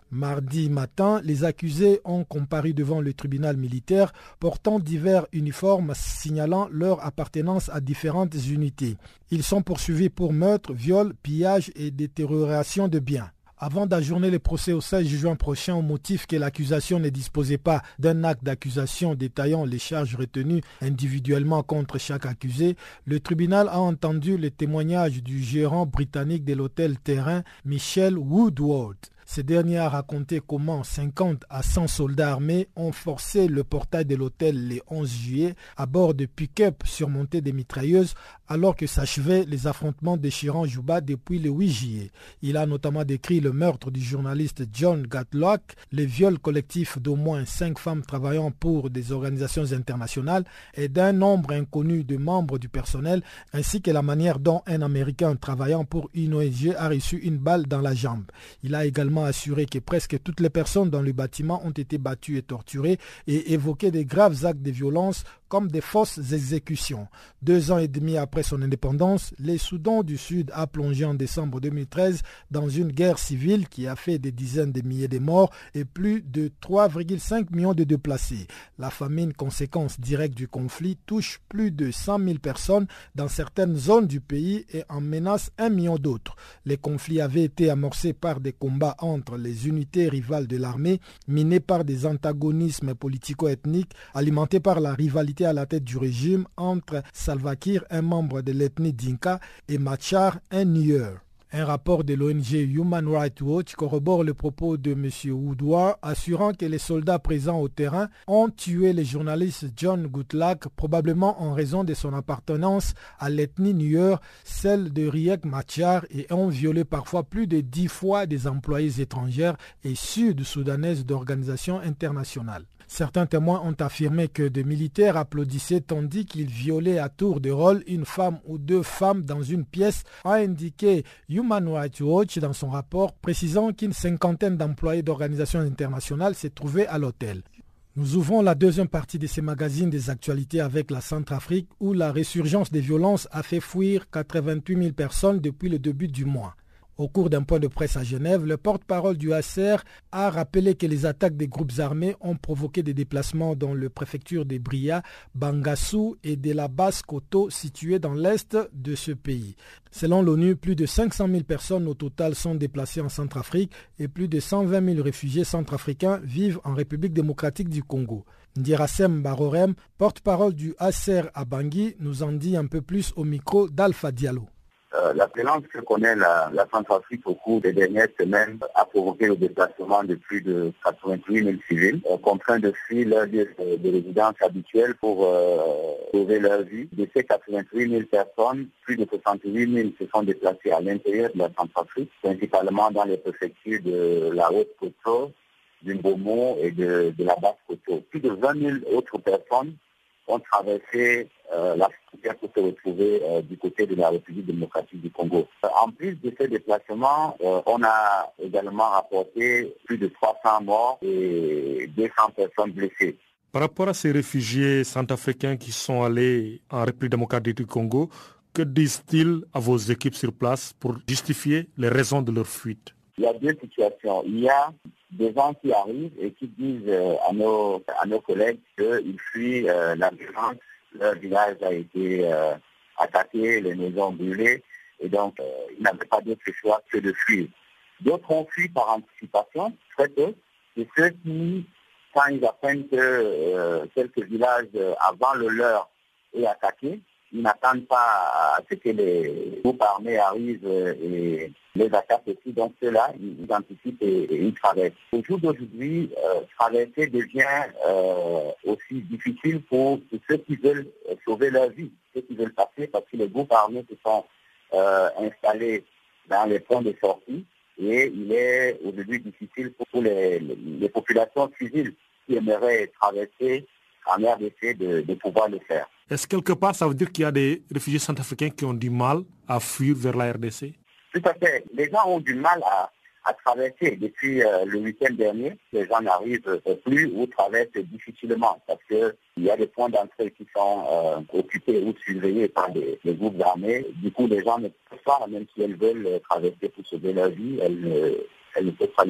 Mardi matin, les accusés ont comparu devant le tribunal militaire portant divers uniformes signalant leur appartenance à différentes unités. Ils sont poursuivis pour meurtre, viol, pillage et détérioration de biens. Avant d'ajourner le procès au seize juin prochain au motif que l'accusation ne disposait pas d'un acte d'accusation détaillant les charges retenues individuellement contre chaque accusé, le tribunal a entendu le témoignage du gérant britannique de l'hôtel Terrain, Michel Woodward. Ce dernier a raconté comment cinquante à cent soldats armés ont forcé le portail de l'hôtel le onze juillet à bord de pick-up surmontés de mitrailleuses alors que s'achevaient les affrontements déchirant Juba depuis le huit juillet. Il a notamment décrit le meurtre du journaliste John Gatlock, le viol collectif d'au moins cinq femmes travaillant pour des organisations internationales et d'un nombre inconnu de membres du personnel, ainsi que la manière dont un Américain travaillant pour une O N G a reçu une balle dans la jambe. Il a également assuré que presque toutes les personnes dans le bâtiment ont été battues et torturées et évoqué de graves actes de violence comme des fausses exécutions. Deux ans et demi après son indépendance, le Soudan du Sud a plongé en décembre deux mille treize dans une guerre civile qui a fait des dizaines de milliers de morts et plus de trois virgule cinq millions de déplacés. La famine, conséquence directe du conflit, touche plus de cent mille personnes dans certaines zones du pays et en menace un million d'autres. Les conflits avaient été amorcés par des combats entre les unités rivales de l'armée, minés par des antagonismes politico-ethniques, alimentés par la rivalité à la tête du régime entre Salva Kiir, un membre de l'ethnie Dinka, et Machar, un Nuer. Un rapport de l'O N G Human Rights Watch corrobore le propos de M. Woodward, assurant que les soldats présents au terrain ont tué le journaliste John Goodluck, probablement en raison de son appartenance à l'ethnie Nuer, celle de Riek Machar, et ont violé parfois plus de dix fois des employés étrangères et sud-soudanaises d'organisations internationales. Certains témoins ont affirmé que des militaires applaudissaient tandis qu'ils violaient à tour de rôle une femme ou deux femmes dans une pièce, a indiqué Human Rights Watch dans son rapport, précisant qu'une cinquantaine d'employés d'organisations internationales se trouvaient à l'hôtel. Nous ouvrons la deuxième partie de ces magazines des actualités avec la Centrafrique où la résurgence des violences a fait fuir quatre-vingt-huit mille personnes depuis le début du mois. Au cours d'un point de presse à Genève, le porte-parole du H C R a rappelé que les attaques des groupes armés ont provoqué des déplacements dans le préfecture de Bria, Bangassou et de la Basse-Koto située dans l'est de ce pays. Selon l'ONU, plus de cinq cent mille personnes au total sont déplacées en Centrafrique et plus de cent vingt mille réfugiés centrafricains vivent en République démocratique du Congo. Ndirassem Barorem, porte-parole du H C R à Bangui, nous en dit un peu plus au micro d'Alpha Diallo. Euh, la violence que connaît la, la Centrafrique au cours des dernières semaines a provoqué le déplacement de plus de quatre-vingt-huit mille civils, euh, contraints de fuir leur lieu de, de résidence habituelle pour euh, sauver leur vie. De ces quatre-vingt-huit mille personnes, plus de soixante-huit mille se sont déplacées à l'intérieur de la Centrafrique, principalement dans les préfectures de la Haute-Koto, du Mbomo et de, de la Basse-Koto. Plus de vingt mille autres personnes ont traversé euh, la frontière pour se retrouver euh, du côté de la République démocratique du Congo. En plus de ces déplacements, euh, on a également rapporté plus de trois cents morts et deux cents personnes blessées. Par rapport à ces réfugiés centrafricains qui sont allés en République démocratique du Congo, que disent-ils à vos équipes sur place pour justifier les raisons de leur fuite? Il y a deux situations. Il y a des gens qui arrivent et qui disent euh, à, nos, à nos collègues qu'ils fuient euh, la violence. Leur village a été euh, attaqué, les maisons brûlées, et donc euh, ils n'avaient pas d'autre choix que de fuir. D'autres ont fui par anticipation, très peu. C'est ceux qui, quand ils apprennent que euh, quelques villages euh, avant le leur est attaqué, ils n'attendent pas à ce que les groupes armés arrivent et les attaquent aussi. Donc ceux-là, ils anticipent et, et ils traversent. Au jour d'aujourd'hui, euh, traverser devient euh, aussi difficile pour ceux qui veulent sauver leur vie, ceux qui veulent passer, parce que les groupes armés se sont euh, installés dans les points de sortie et il est aujourd'hui difficile pour les, les, les populations civiles qui aimeraient traverser en R D C de, de pouvoir le faire. Est-ce que quelque part ça veut dire qu'il y a des réfugiés centrafricains qui ont du mal à fuir vers la R D C? Tout à fait. Les gens ont du mal à, à traverser. Depuis euh, le week-end dernier, les gens n'arrivent plus ou traversent difficilement parce qu'il y a des points d'entrée qui sont euh, occupés ou surveillés par des, des groupes armés. Du coup, les gens ne peuvent pas, même si elles veulent traverser pour sauver leur vie, elles ne, elles ne peuvent pas le faire.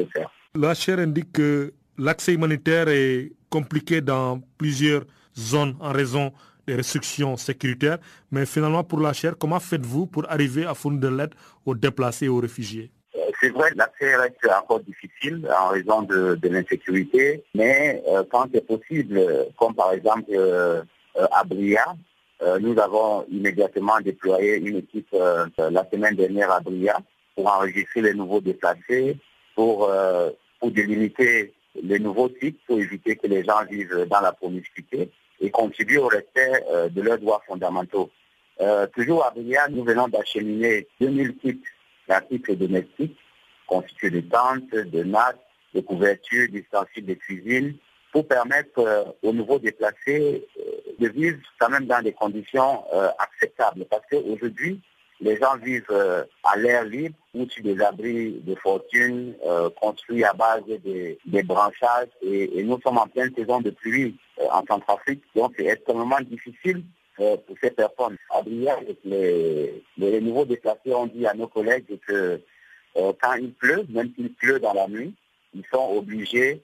La chaire indique que l'accès humanitaire est compliqué dans plusieurs zones en raison des restrictions sécuritaires. Mais finalement, pour la chaire, comment faites-vous pour arriver à fournir de l'aide aux déplacés et aux réfugiés? C'est vrai que l'accès reste encore difficile en raison de, de l'insécurité, mais euh, quand c'est possible, comme par exemple euh, à Bria, euh, nous avons immédiatement déployé une équipe euh, la semaine dernière à Bria pour enregistrer les nouveaux déplacés, pour, euh, pour délimiter les nouveaux sites, pour éviter que les gens vivent dans la promiscuité et contribuer au respect euh, de leurs droits fondamentaux. Euh, toujours à Bria, nous venons d'acheminer deux mille kits d'articles domestiques constitués de tentes, de nattes, de couvertures, d'ustensiles de cuisine, pour permettre euh, aux nouveaux déplacés euh, de vivre quand même dans des conditions euh, acceptables. Parce qu'aujourd'hui, les gens vivent euh, à l'air libre ou sur des abris de fortune euh, construits à base des, des branchages. Et, et nous sommes en pleine saison de pluie euh, en Centrafrique, donc c'est extrêmement difficile euh, pour ces personnes. À Bria, les, les nouveaux déplacés ont dit à nos collègues que euh, quand il pleut, même s'il pleut dans la nuit, ils sont obligés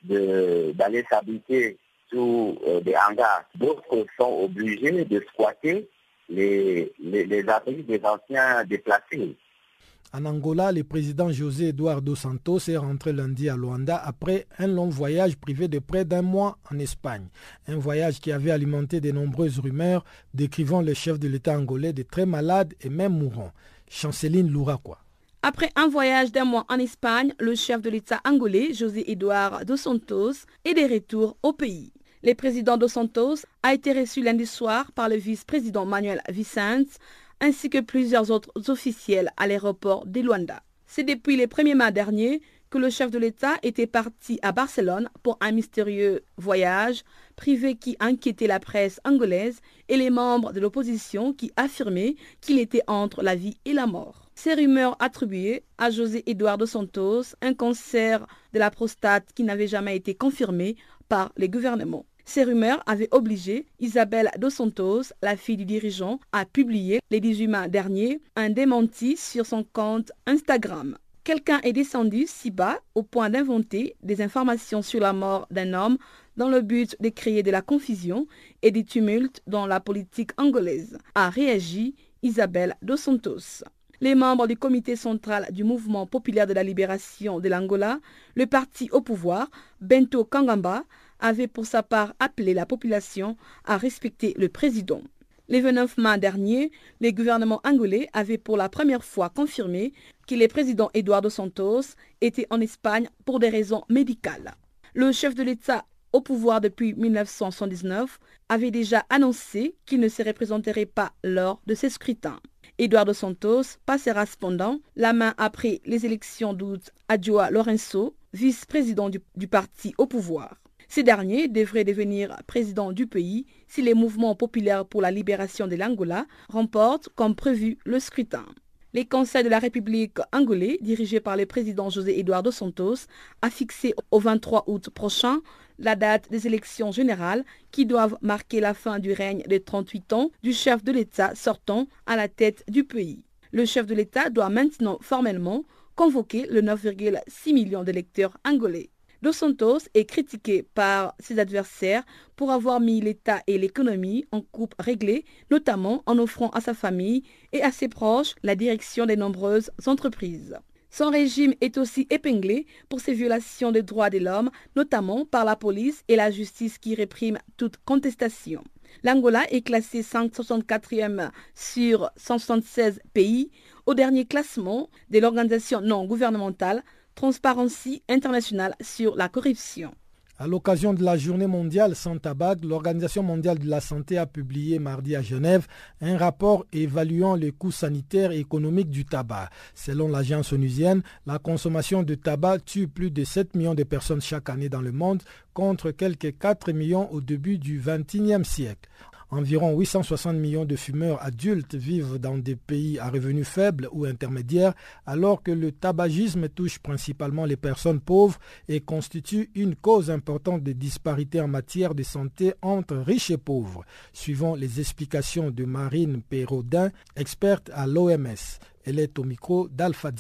de, d'aller s'habiter sous euh, des hangars. D'autres sont obligés de squatter les, les, les abris des anciens déplacés. En Angola, le président José Eduardo dos Santos est rentré lundi à Luanda après un long voyage privé de près d'un mois en Espagne. Un voyage qui avait alimenté de nombreuses rumeurs décrivant le chef de l'État angolais de très malade et même mourant. Chanceline Louraquois. Après un voyage d'un mois en Espagne, le chef de l'État angolais, José Eduardo dos Santos, est de retour au pays. Le président dos Santos a été reçu lundi soir par le vice-président Manuel Vicente ainsi que plusieurs autres officiels à l'aéroport de Luanda. C'est depuis le premier mai dernier que le chef de l'État était parti à Barcelone pour un mystérieux voyage privé qui inquiétait la presse angolaise et les membres de l'opposition qui affirmaient qu'il était entre la vie et la mort. Ces rumeurs attribuées à José Eduardo dos Santos un cancer de la prostate qui n'avait jamais été confirmé par les gouvernements. Ces rumeurs avaient obligé Isabel dos Santos, la fille du dirigeant, à publier le dix-huit mai dernier un démenti sur son compte Instagram. Quelqu'un est descendu si bas au point d'inventer des informations sur la mort d'un homme dans le but de créer de la confusion et des tumultes dans la politique angolaise, a réagi Isabel dos Santos. Les membres du comité central du mouvement populaire de la libération de l'Angola, le parti au pouvoir, Bento Kangamba, avait pour sa part appelé la population à respecter le président. Le vingt-neuf mai dernier, le gouvernement angolais avait pour la première fois confirmé que le président Eduardo dos Santos était en Espagne pour des raisons médicales. Le chef de l'État au pouvoir depuis mille neuf cent soixante-dix-neuf avait déjà annoncé qu'il ne se représenterait pas lors de ces scrutins. Eduardo dos Santos passera cependant la main après les élections d'août à João Lourenço, vice-président du, du parti au pouvoir. Ces derniers devraient devenir président du pays si les mouvements populaires pour la libération de l'Angola remportent comme prévu le scrutin. Le Conseil de la République angolais, dirigé par le président José Eduardo dos Santos, a fixé au vingt-trois août prochain la date des élections générales qui doivent marquer la fin du règne de trente-huit ans du chef de l'État sortant à la tête du pays. Le chef de l'État doit maintenant formellement convoquer le neuf virgule six millions d'électeurs angolais. Dos Santos est critiqué par ses adversaires pour avoir mis l'État et l'économie en coupe réglée, notamment en offrant à sa famille et à ses proches la direction de nombreuses entreprises. Son régime est aussi épinglé pour ses violations des droits de l'homme, notamment par la police et la justice qui répriment toute contestation. L'Angola est classé cent soixante-quatrième sur cent soixante-seize pays au dernier classement de l'organisation non gouvernementale Transparency International sur la corruption. À l'occasion de la journée mondiale sans tabac, l'Organisation mondiale de la santé a publié mardi à Genève un rapport évaluant les coûts sanitaires et économiques du tabac. Selon l'agence onusienne, la consommation de tabac tue plus de sept millions de personnes chaque année dans le monde, contre quelques quatre millions au début du vingt et unième siècle. Environ huit cent soixante millions de fumeurs adultes vivent dans des pays à revenus faibles ou intermédiaires, alors que le tabagisme touche principalement les personnes pauvres et constitue une cause importante de disparités en matière de santé entre riches et pauvres, suivant les explications de Marine Perraudin, experte à l'O M S. Elle est au micro d'Alpha Diallo.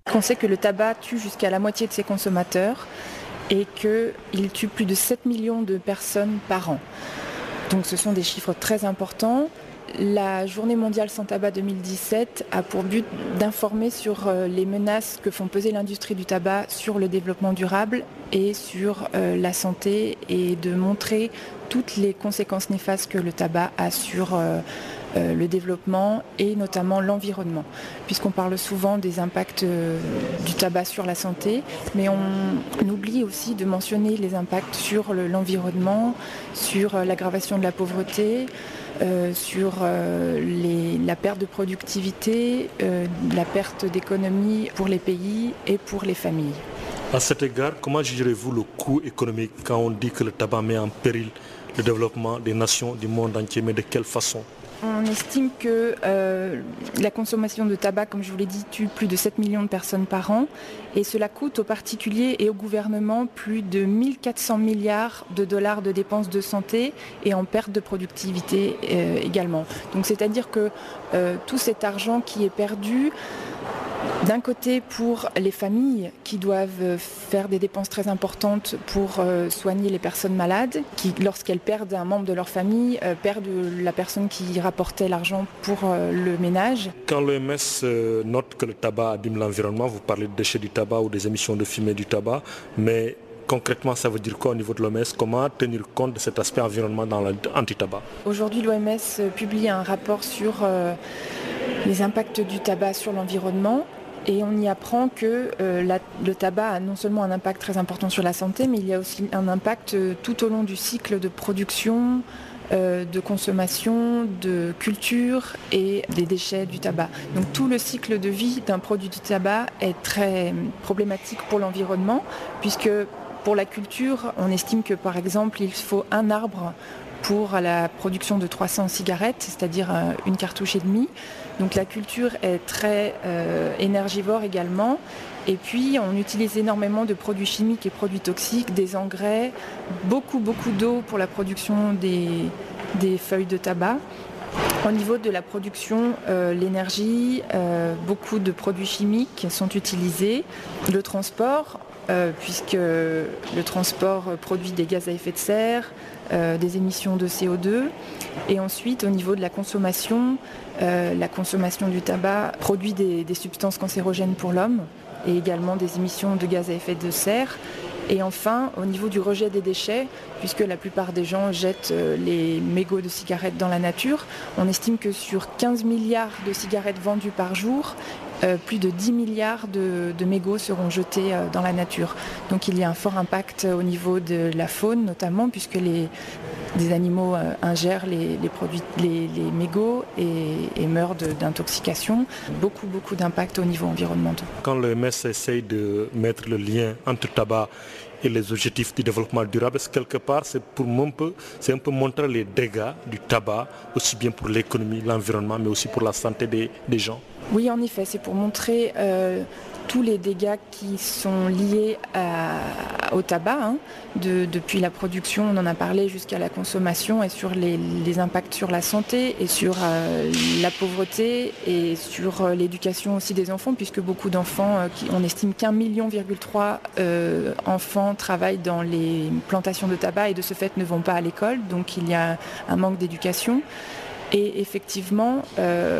On sait que le tabac tue jusqu'à la moitié de ses consommateurs et qu'il tue plus de sept millions de personnes par an. Donc ce sont des chiffres très importants. La Journée mondiale sans tabac deux mille dix-sept a pour but d'informer sur les menaces que font peser l'industrie du tabac sur le développement durable et sur la santé et de montrer toutes les conséquences néfastes que le tabac a sur le développement et notamment l'environnement. Puisqu'on parle souvent des impacts du tabac sur la santé, mais on oublie aussi de mentionner les impacts sur l'environnement, sur l'aggravation de la pauvreté, Euh, sur euh, les, la perte de productivité, euh, la perte d'économie pour les pays et pour les familles. À cet égard, comment jugerez-vous le coût économique quand on dit que le tabac met en péril le développement des nations du monde entier, mais de quelle façon ? On estime que euh, la consommation de tabac, comme je vous l'ai dit, tue plus de sept millions de personnes par an et cela coûte aux particuliers et au gouvernement plus de mille quatre cents milliards de dollars de dépenses de santé et en perte de productivité euh, également. Donc c'est-à-dire que euh, tout cet argent qui est perdu, d'un côté pour les familles qui doivent faire des dépenses très importantes pour euh, soigner les personnes malades, qui lorsqu'elles perdent un membre de leur famille, euh, perdent la personne qui rapportait l'argent pour euh, le ménage. Quand l'O M S euh, note que le tabac abîme l'environnement, vous parlez de déchets du tabac ou des émissions de fumée du tabac, mais concrètement, ça veut dire quoi au niveau de l'O M S ? Comment tenir compte de cet aspect environnement dans l'anti-tabac ? Aujourd'hui, l'O M S publie un rapport sur euh, les impacts du tabac sur l'environnement. Et on y apprend que euh, la, le tabac a non seulement un impact très important sur la santé, mais il y a aussi un impact euh, tout au long du cycle de production, euh, de consommation, de culture et des déchets du tabac. Donc tout le cycle de vie d'un produit du tabac est très problématique pour l'environnement, puisque pour la culture, on estime que par exemple, il faut un arbre pour la production de trois cents cigarettes, c'est-à-dire une cartouche et demie. Donc la culture est très euh, énergivore également. Et puis on utilise énormément de produits chimiques et produits toxiques, des engrais, beaucoup beaucoup d'eau pour la production des, des feuilles de tabac. Au niveau de la production, euh, l'énergie, euh, beaucoup de produits chimiques sont utilisés. Le transport, euh, puisque le transport produit des gaz à effet de serre, Euh, des émissions de C O deux. Et ensuite, au niveau de la consommation, euh, la consommation du tabac produit des, des substances cancérogènes pour l'homme et également des émissions de gaz à effet de serre. Et enfin, au niveau du rejet des déchets, puisque la plupart des gens jettent euh, les mégots de cigarettes dans la nature, on estime que sur quinze milliards de cigarettes vendues par jour, Euh, plus de dix milliards de, de mégots seront jetés euh, dans la nature. Donc il y a un fort impact au niveau de la faune notamment, puisque les, des animaux euh, ingèrent les, les, produits, les, les mégots et, et meurent de, d'intoxication. Beaucoup, beaucoup d'impact au niveau environnemental. Quand l'O M S essaye de mettre le lien entre tabac et les objectifs du développement durable, est-ce que quelque part c'est pour un peu, c'est un peu montrer les dégâts du tabac, aussi bien pour l'économie, l'environnement, mais aussi pour la santé des, des gens? Oui, en effet, c'est pour montrer euh, tous les dégâts qui sont liés à, au tabac, hein, de, depuis la production, on en a parlé, jusqu'à la consommation, et sur les, les impacts sur la santé et sur euh, la pauvreté et sur euh, l'éducation aussi des enfants, puisque beaucoup d'enfants, euh, qui, on estime qu'un million virgule trois euh, enfants travaillent dans les plantations de tabac et de ce fait ne vont pas à l'école, donc il y a un manque d'éducation. Et effectivement, euh,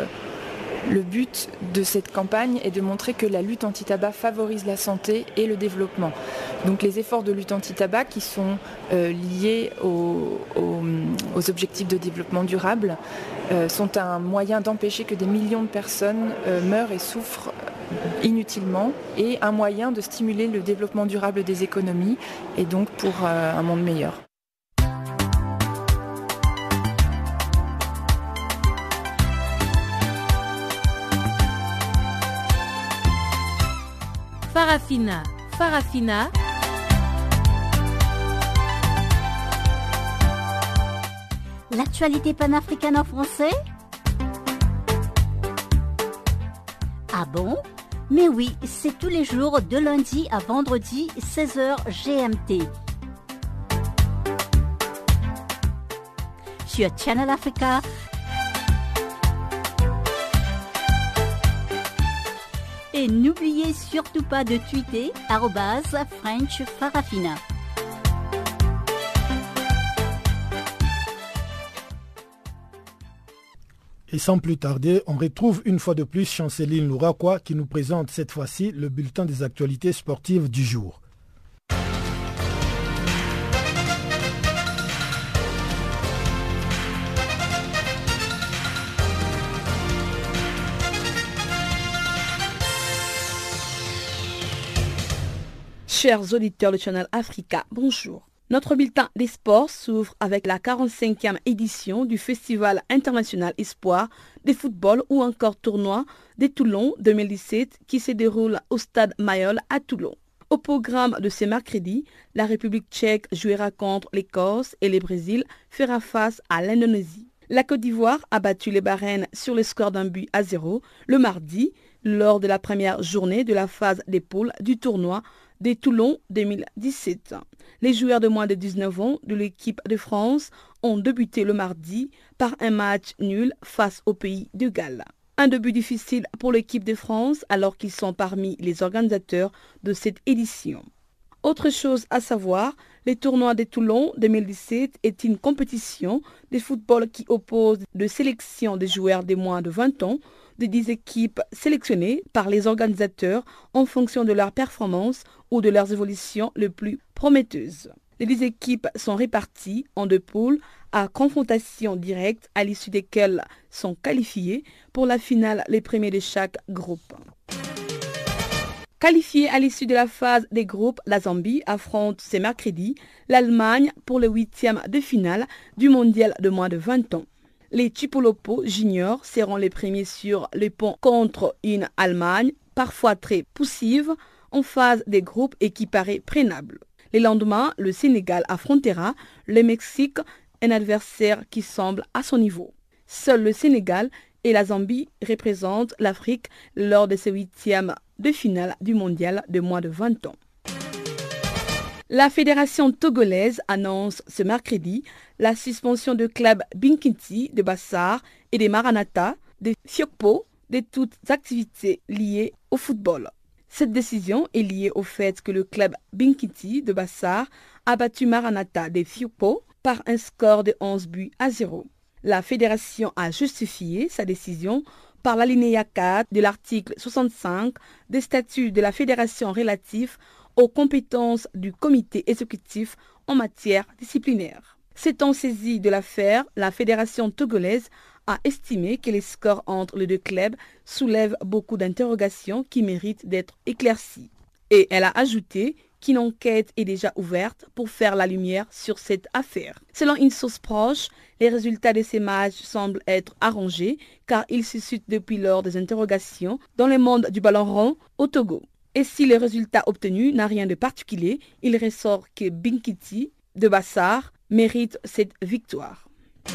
le but de cette campagne est de montrer que la lutte anti-tabac favorise la santé et le développement. Donc les efforts de lutte anti-tabac qui sont euh, liés aux, aux, aux objectifs de développement durable euh, sont un moyen d'empêcher que des millions de personnes euh, meurent et souffrent inutilement, et un moyen de stimuler le développement durable des économies et donc pour euh, un monde meilleur. Farafina, Farafina. L'actualité panafricaine en français? Ah bon? Mais oui, c'est tous les jours de lundi à vendredi, seize heures G M T. Sur Channel Africa, Et n'oubliez surtout pas de tweeter arobase French Farafina. Et sans plus tarder, on retrouve une fois de plus Chanceline Louraquois qui nous présente cette fois-ci le bulletin des actualités sportives du jour. Chers auditeurs de Channel Africa, bonjour. Notre bulletin des sports s'ouvre avec la quarante-cinquième édition du Festival international Espoir de football ou encore tournoi de Toulon deux mille dix-sept qui se déroule au stade Mayol à Toulon. Au programme de ce mercredi, la République tchèque jouera contre l'Écosse et le Brésil fera face à l'Indonésie. La Côte d'Ivoire a battu les Bahreïn sur le score d'un but à zéro le mardi lors de la première journée de la phase des poules du tournoi de Toulon deux mille dix-sept. Les joueurs de moins de dix-neuf ans de l'équipe de France ont débuté le mardi par un match nul face au pays de Galles. Un début difficile pour l'équipe de France alors qu'ils sont parmi les organisateurs de cette édition. Autre chose à savoir, le tournoi de Toulon deux mille dix-sept est une compétition de football qui oppose deux sélections de joueurs de moins de vingt ans de dix équipes sélectionnées par les organisateurs en fonction de leur performance ou de leurs évolutions les plus prometteuses. Les dix équipes sont réparties en deux poules à confrontation directe à l'issue desquelles sont qualifiés pour la finale les premiers de chaque groupe. Qualifiée à l'issue de la phase des groupes, la Zambie affronte ce mercredi l'Allemagne pour le huitième de finale du mondial de moins de vingt ans. Les Chipolopo juniors seront les premiers sur le pont contre une Allemagne parfois très poussive en phase des groupes et qui paraît prénable. Le lendemain, le Sénégal affrontera le Mexique, un adversaire qui semble à son niveau. Seul le Sénégal et la Zambie représentent l'Afrique lors de ce huitième de finale du mondial de moins de vingt ans. La fédération togolaise annonce ce mercredi la suspension de clubs Binkinti de Bassar et de Maranatha de Fiokpo de toutes activités liées au football. Cette décision est liée au fait que le club Binkinti de Bassar a battu Maranatha de Fiokpo par un score de onze buts à zéro. La fédération a justifié sa décision par l'alinéa quatre de l'article soixante-cinq des statuts de la fédération relatifs aux compétences du comité exécutif en matière disciplinaire. S'étant saisie de l'affaire, la fédération togolaise a estimé que les scores entre les deux clubs soulèvent beaucoup d'interrogations qui méritent d'être éclaircies. Et elle a ajouté qu'une enquête est déjà ouverte pour faire la lumière sur cette affaire. Selon une source proche, les résultats de ces matchs semblent être arrangés car ils suscitent depuis lors des interrogations dans le monde du ballon rond au Togo. Et si le résultat obtenu n'a rien de particulier, il ressort que Binkinti de Bassar mérite cette victoire.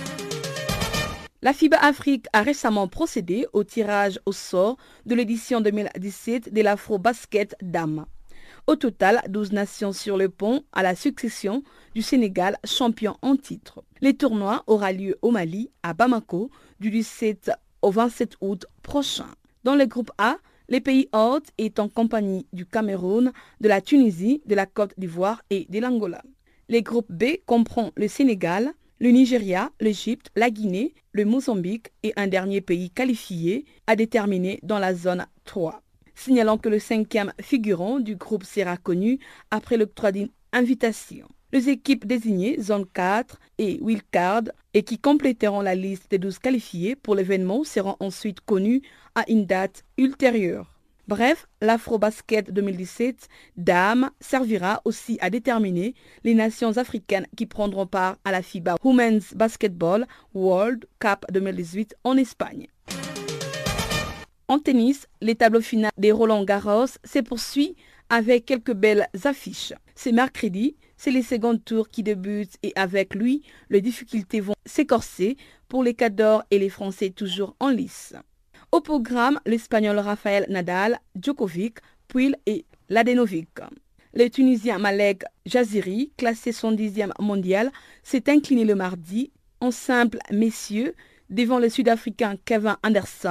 La FIBA Afrique a récemment procédé au tirage au sort de l'édition deux mille dix-sept de l'Afro-Basket Dames. Au total, douze nations sur le pont à la succession du Sénégal, champion en titre. Le tournoi aura lieu au Mali, à Bamako, du dix-sept au vingt-sept août prochain. Dans le groupe A, les pays hôtes est en compagnie du Cameroun, de la Tunisie, de la Côte d'Ivoire et de l'Angola. Le groupe B comprend le Sénégal, le Nigeria, l'Égypte, la Guinée, le Mozambique et un dernier pays qualifié à déterminer dans la zone trois. Signalons que le cinquième figurant du groupe sera connu après l'octroi d'une invitation. Les équipes désignées zone quatre et wildcard et qui compléteront la liste des douze qualifiés pour l'événement seront ensuite connues à une date ultérieure. Bref, l'Afro-Basket deux mille dix-sept Dames servira aussi à déterminer les nations africaines qui prendront part à la FIBA Women's Basketball World Cup deux mille dix-huit en Espagne. En tennis, les tableaux finaux des Roland Garros se poursuivent avec quelques belles affiches. Ce mercredi, c'est le second tour qui débute et avec lui, les difficultés vont s'écorcer pour les Cadors et les Français toujours en lice. Au programme, l'Espagnol Rafael Nadal, Djokovic, Puig et Ladenovic. Le Tunisien Malek Jaziri, classé son dixième mondial, s'est incliné le mardi en simple messieurs devant le Sud-Africain Kevin Anderson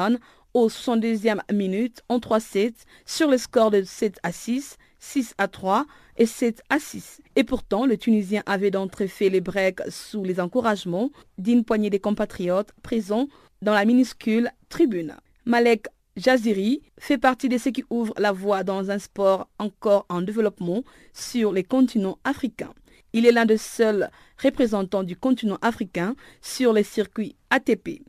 au soixante-deuxième minute en trois sets sur le score de sept à six, six à trois et sept à six. Et pourtant, le Tunisien avait d'entrée fait les breaks sous les encouragements d'une poignée de compatriotes présents dans la minuscule tribune. Malek Jaziri fait partie de ceux qui ouvrent la voie dans un sport encore en développement sur les continents africains. Il est l'un des seuls représentants du continent africain sur les circuits A T P.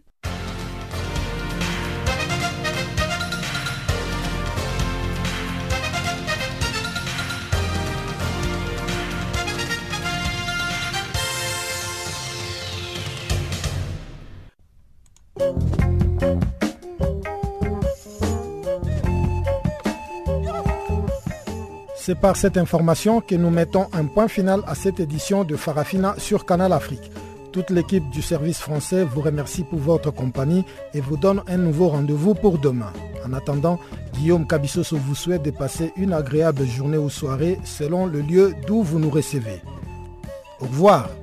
C'est par cette information que nous mettons un point final à cette édition de Farafina sur Canal Afrique. Toute l'équipe du service français vous remercie pour votre compagnie et vous donne un nouveau rendez-vous pour demain. En attendant, Guillaume Kabissoso vous souhaite de passer une agréable journée ou soirée selon le lieu d'où vous nous recevez. Au revoir.